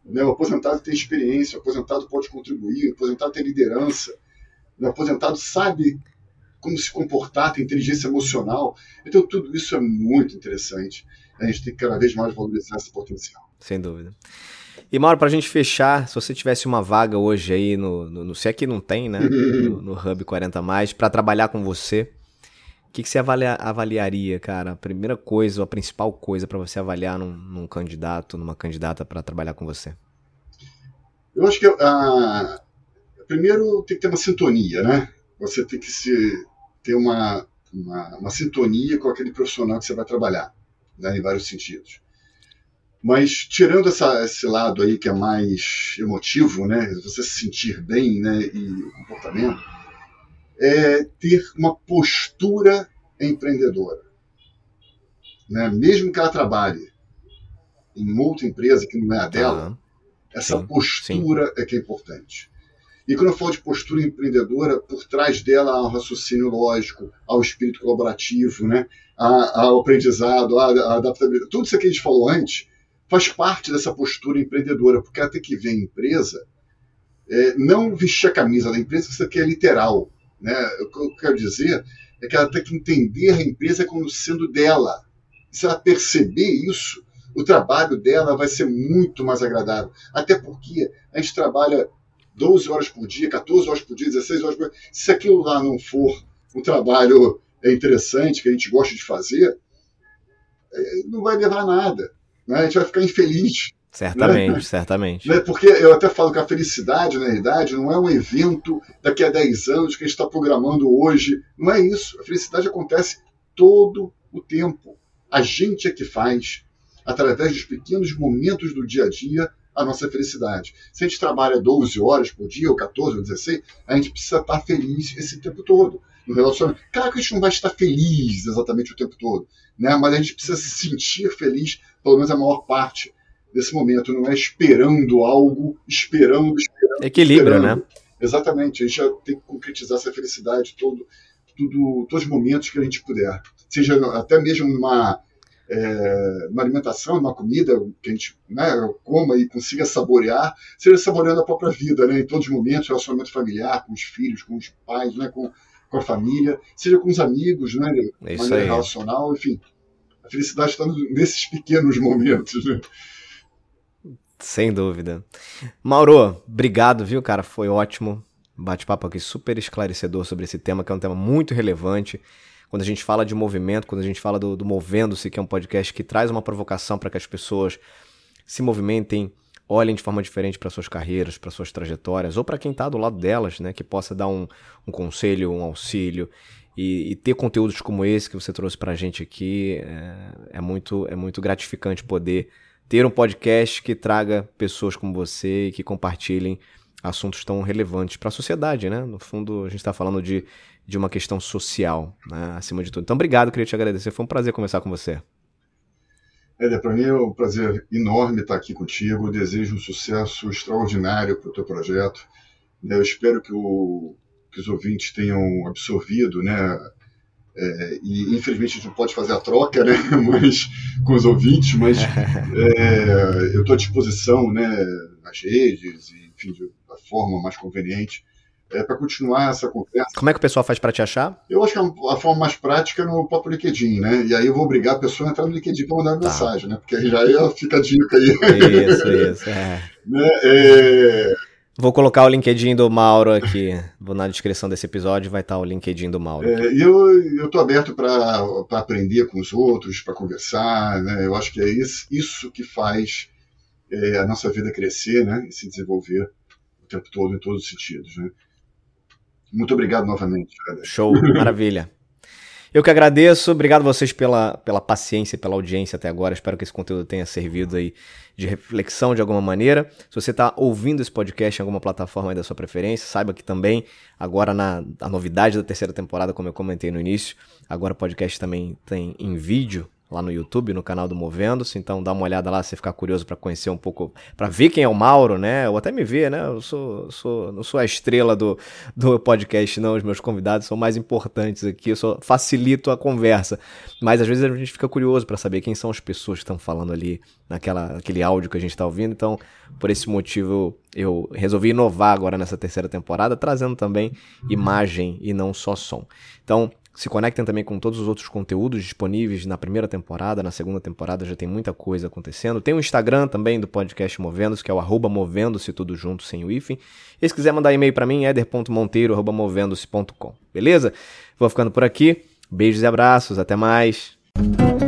Né? O aposentado tem experiência, o aposentado pode contribuir, o aposentado tem liderança, o aposentado sabe como se comportar, tem inteligência emocional. Então, tudo isso é muito interessante. A gente tem que cada vez mais valorizar esse potencial. Sem dúvida. E, Mauro, para a gente fechar, se você tivesse uma vaga hoje aí, no, no, no se é que não tem, né, no, no Hub quarenta mais, para trabalhar com você, o que, que você avalia, avaliaria, cara? A primeira coisa, a principal coisa para você avaliar num, num candidato, numa candidata para trabalhar com você? Eu acho que, uh, primeiro, tem que ter uma sintonia, né? Você tem que se, ter uma, uma, uma sintonia com aquele profissional que você vai trabalhar, né, em vários sentidos. Mas, tirando essa, esse lado aí que é mais emotivo, né, você se sentir bem, né, e o comportamento, é ter uma postura empreendedora. Né? Mesmo que ela trabalhe em outra empresa que não é a dela, ah, essa sim, postura sim. é que é importante. E quando eu falo de postura empreendedora, por trás dela há o raciocínio lógico, há o espírito colaborativo, né? há, há o aprendizado, há a adaptabilidade. Tudo isso que a gente falou antes faz parte dessa postura empreendedora, porque ela tem que ver a empresa, é, não vestir a camisa da empresa, isso aqui é literal. Né? O que eu quero dizer é que ela tem que entender a empresa como sendo dela. E se ela perceber isso, o trabalho dela vai ser muito mais agradável. Até porque a gente trabalha doze horas por dia, catorze horas por dia, dezesseis horas por dia. Se aquilo lá não for um trabalho interessante, que a gente gosta de fazer, não vai levar a nada. Né? A gente vai ficar infeliz. Certamente, né? certamente. Né? Porque eu até falo que a felicidade, na realidade, não é um evento daqui a dez anos que a gente está programando hoje. Não é isso. A felicidade acontece todo o tempo. A gente é que faz, através dos pequenos momentos do dia a dia, a nossa felicidade. Se a gente trabalha doze horas por dia, ou catorze, ou dezesseis, a gente precisa estar feliz esse tempo todo. No relacionamento. Claro que a gente não vai estar feliz exatamente o tempo todo, né? Mas a gente precisa se sentir feliz, pelo menos a maior parte desse momento. Não é esperando algo, esperando, esperando. Equilíbrio, esperando. Né? Exatamente. A gente já tem que concretizar essa felicidade todo, tudo, todos os momentos que a gente puder. Seja até mesmo numa, é, uma alimentação, uma comida que a gente, né, coma e consiga saborear, seja saboreando a própria vida, né? Em todos os momentos, relacionamento familiar, com os filhos, com os pais, né? com com a família, seja com os amigos, né, de é maneira aí. relacional, enfim. A felicidade está nesses pequenos momentos, né? Sem dúvida. Mauro, obrigado, viu, cara? Foi ótimo. Bate-papo aqui super esclarecedor sobre esse tema, que é um tema muito relevante. Quando a gente fala de movimento, quando a gente fala do, do Movendo-se, que é um podcast que traz uma provocação para que as pessoas se movimentem, olhem de forma diferente para suas carreiras, para suas trajetórias, ou para quem está do lado delas, né, que possa dar um, um conselho, um auxílio, e, e ter conteúdos como esse que você trouxe para a gente aqui, é, é, muito, é muito gratificante poder ter um podcast que traga pessoas como você e que compartilhem assuntos tão relevantes para a sociedade, né? No fundo, a gente está falando de, de uma questão social, né, acima de tudo. Então, obrigado, queria te agradecer, foi um prazer conversar com você. Éder, para mim é um prazer enorme estar aqui contigo. Eu desejo um sucesso extraordinário para o teu projeto. Eu espero que, o, que os ouvintes tenham absorvido, né? É, e infelizmente a gente não pode fazer a troca, né? Mas, com os ouvintes, mas é, eu estou à disposição, né? Nas redes, e, enfim, da forma mais conveniente. É, para continuar essa conversa. Como é que o pessoal faz para te achar? Eu acho que a forma mais prática é no próprio LinkedIn, né? E aí eu vou obrigar a pessoa a entrar no LinkedIn para mandar tá. mensagem, né? Porque já aí fica a dica aí. Isso, isso. É. né? é... Vou colocar o LinkedIn do Mauro aqui. Vou na descrição desse episódio, vai estar o LinkedIn do Mauro. É, e eu estou aberto para aprender com os outros, para conversar, né? Eu acho que é isso, isso que faz é, a nossa vida crescer, né? E se desenvolver o tempo todo, em todos os sentidos, né? Muito obrigado novamente. Show, maravilha. Eu que agradeço, obrigado a vocês pela, pela paciência e pela audiência até agora. Espero que esse conteúdo tenha servido aí de reflexão de alguma maneira. Se você está ouvindo esse podcast em alguma plataforma aí da sua preferência, saiba que também, agora na a novidade da terceira temporada, como eu comentei no início, agora o podcast também tem em vídeo lá no YouTube, no canal do Movendo-se, então dá uma olhada lá se você ficar curioso para conhecer um pouco, para ver quem é o Mauro, né, ou até me ver, né, eu sou, sou, não sou a estrela do, do podcast não, os meus convidados são mais importantes aqui, eu só facilito a conversa, mas às vezes a gente fica curioso para saber quem são as pessoas que estão falando ali naquela, naquele áudio que a gente está ouvindo, então por esse motivo eu resolvi inovar agora nessa terceira temporada, trazendo também imagem e não só som. Então, se conectem também com todos os outros conteúdos disponíveis na primeira temporada, na segunda temporada já tem muita coisa acontecendo. Tem o Instagram também do podcast Movendo-se, que é o arroba Movendo-se, tudo junto, sem o hífen. E se quiser mandar e-mail para mim, eder ponto monteiro arroba movendo se ponto com. Beleza? Vou ficando por aqui. Beijos e abraços. Até mais.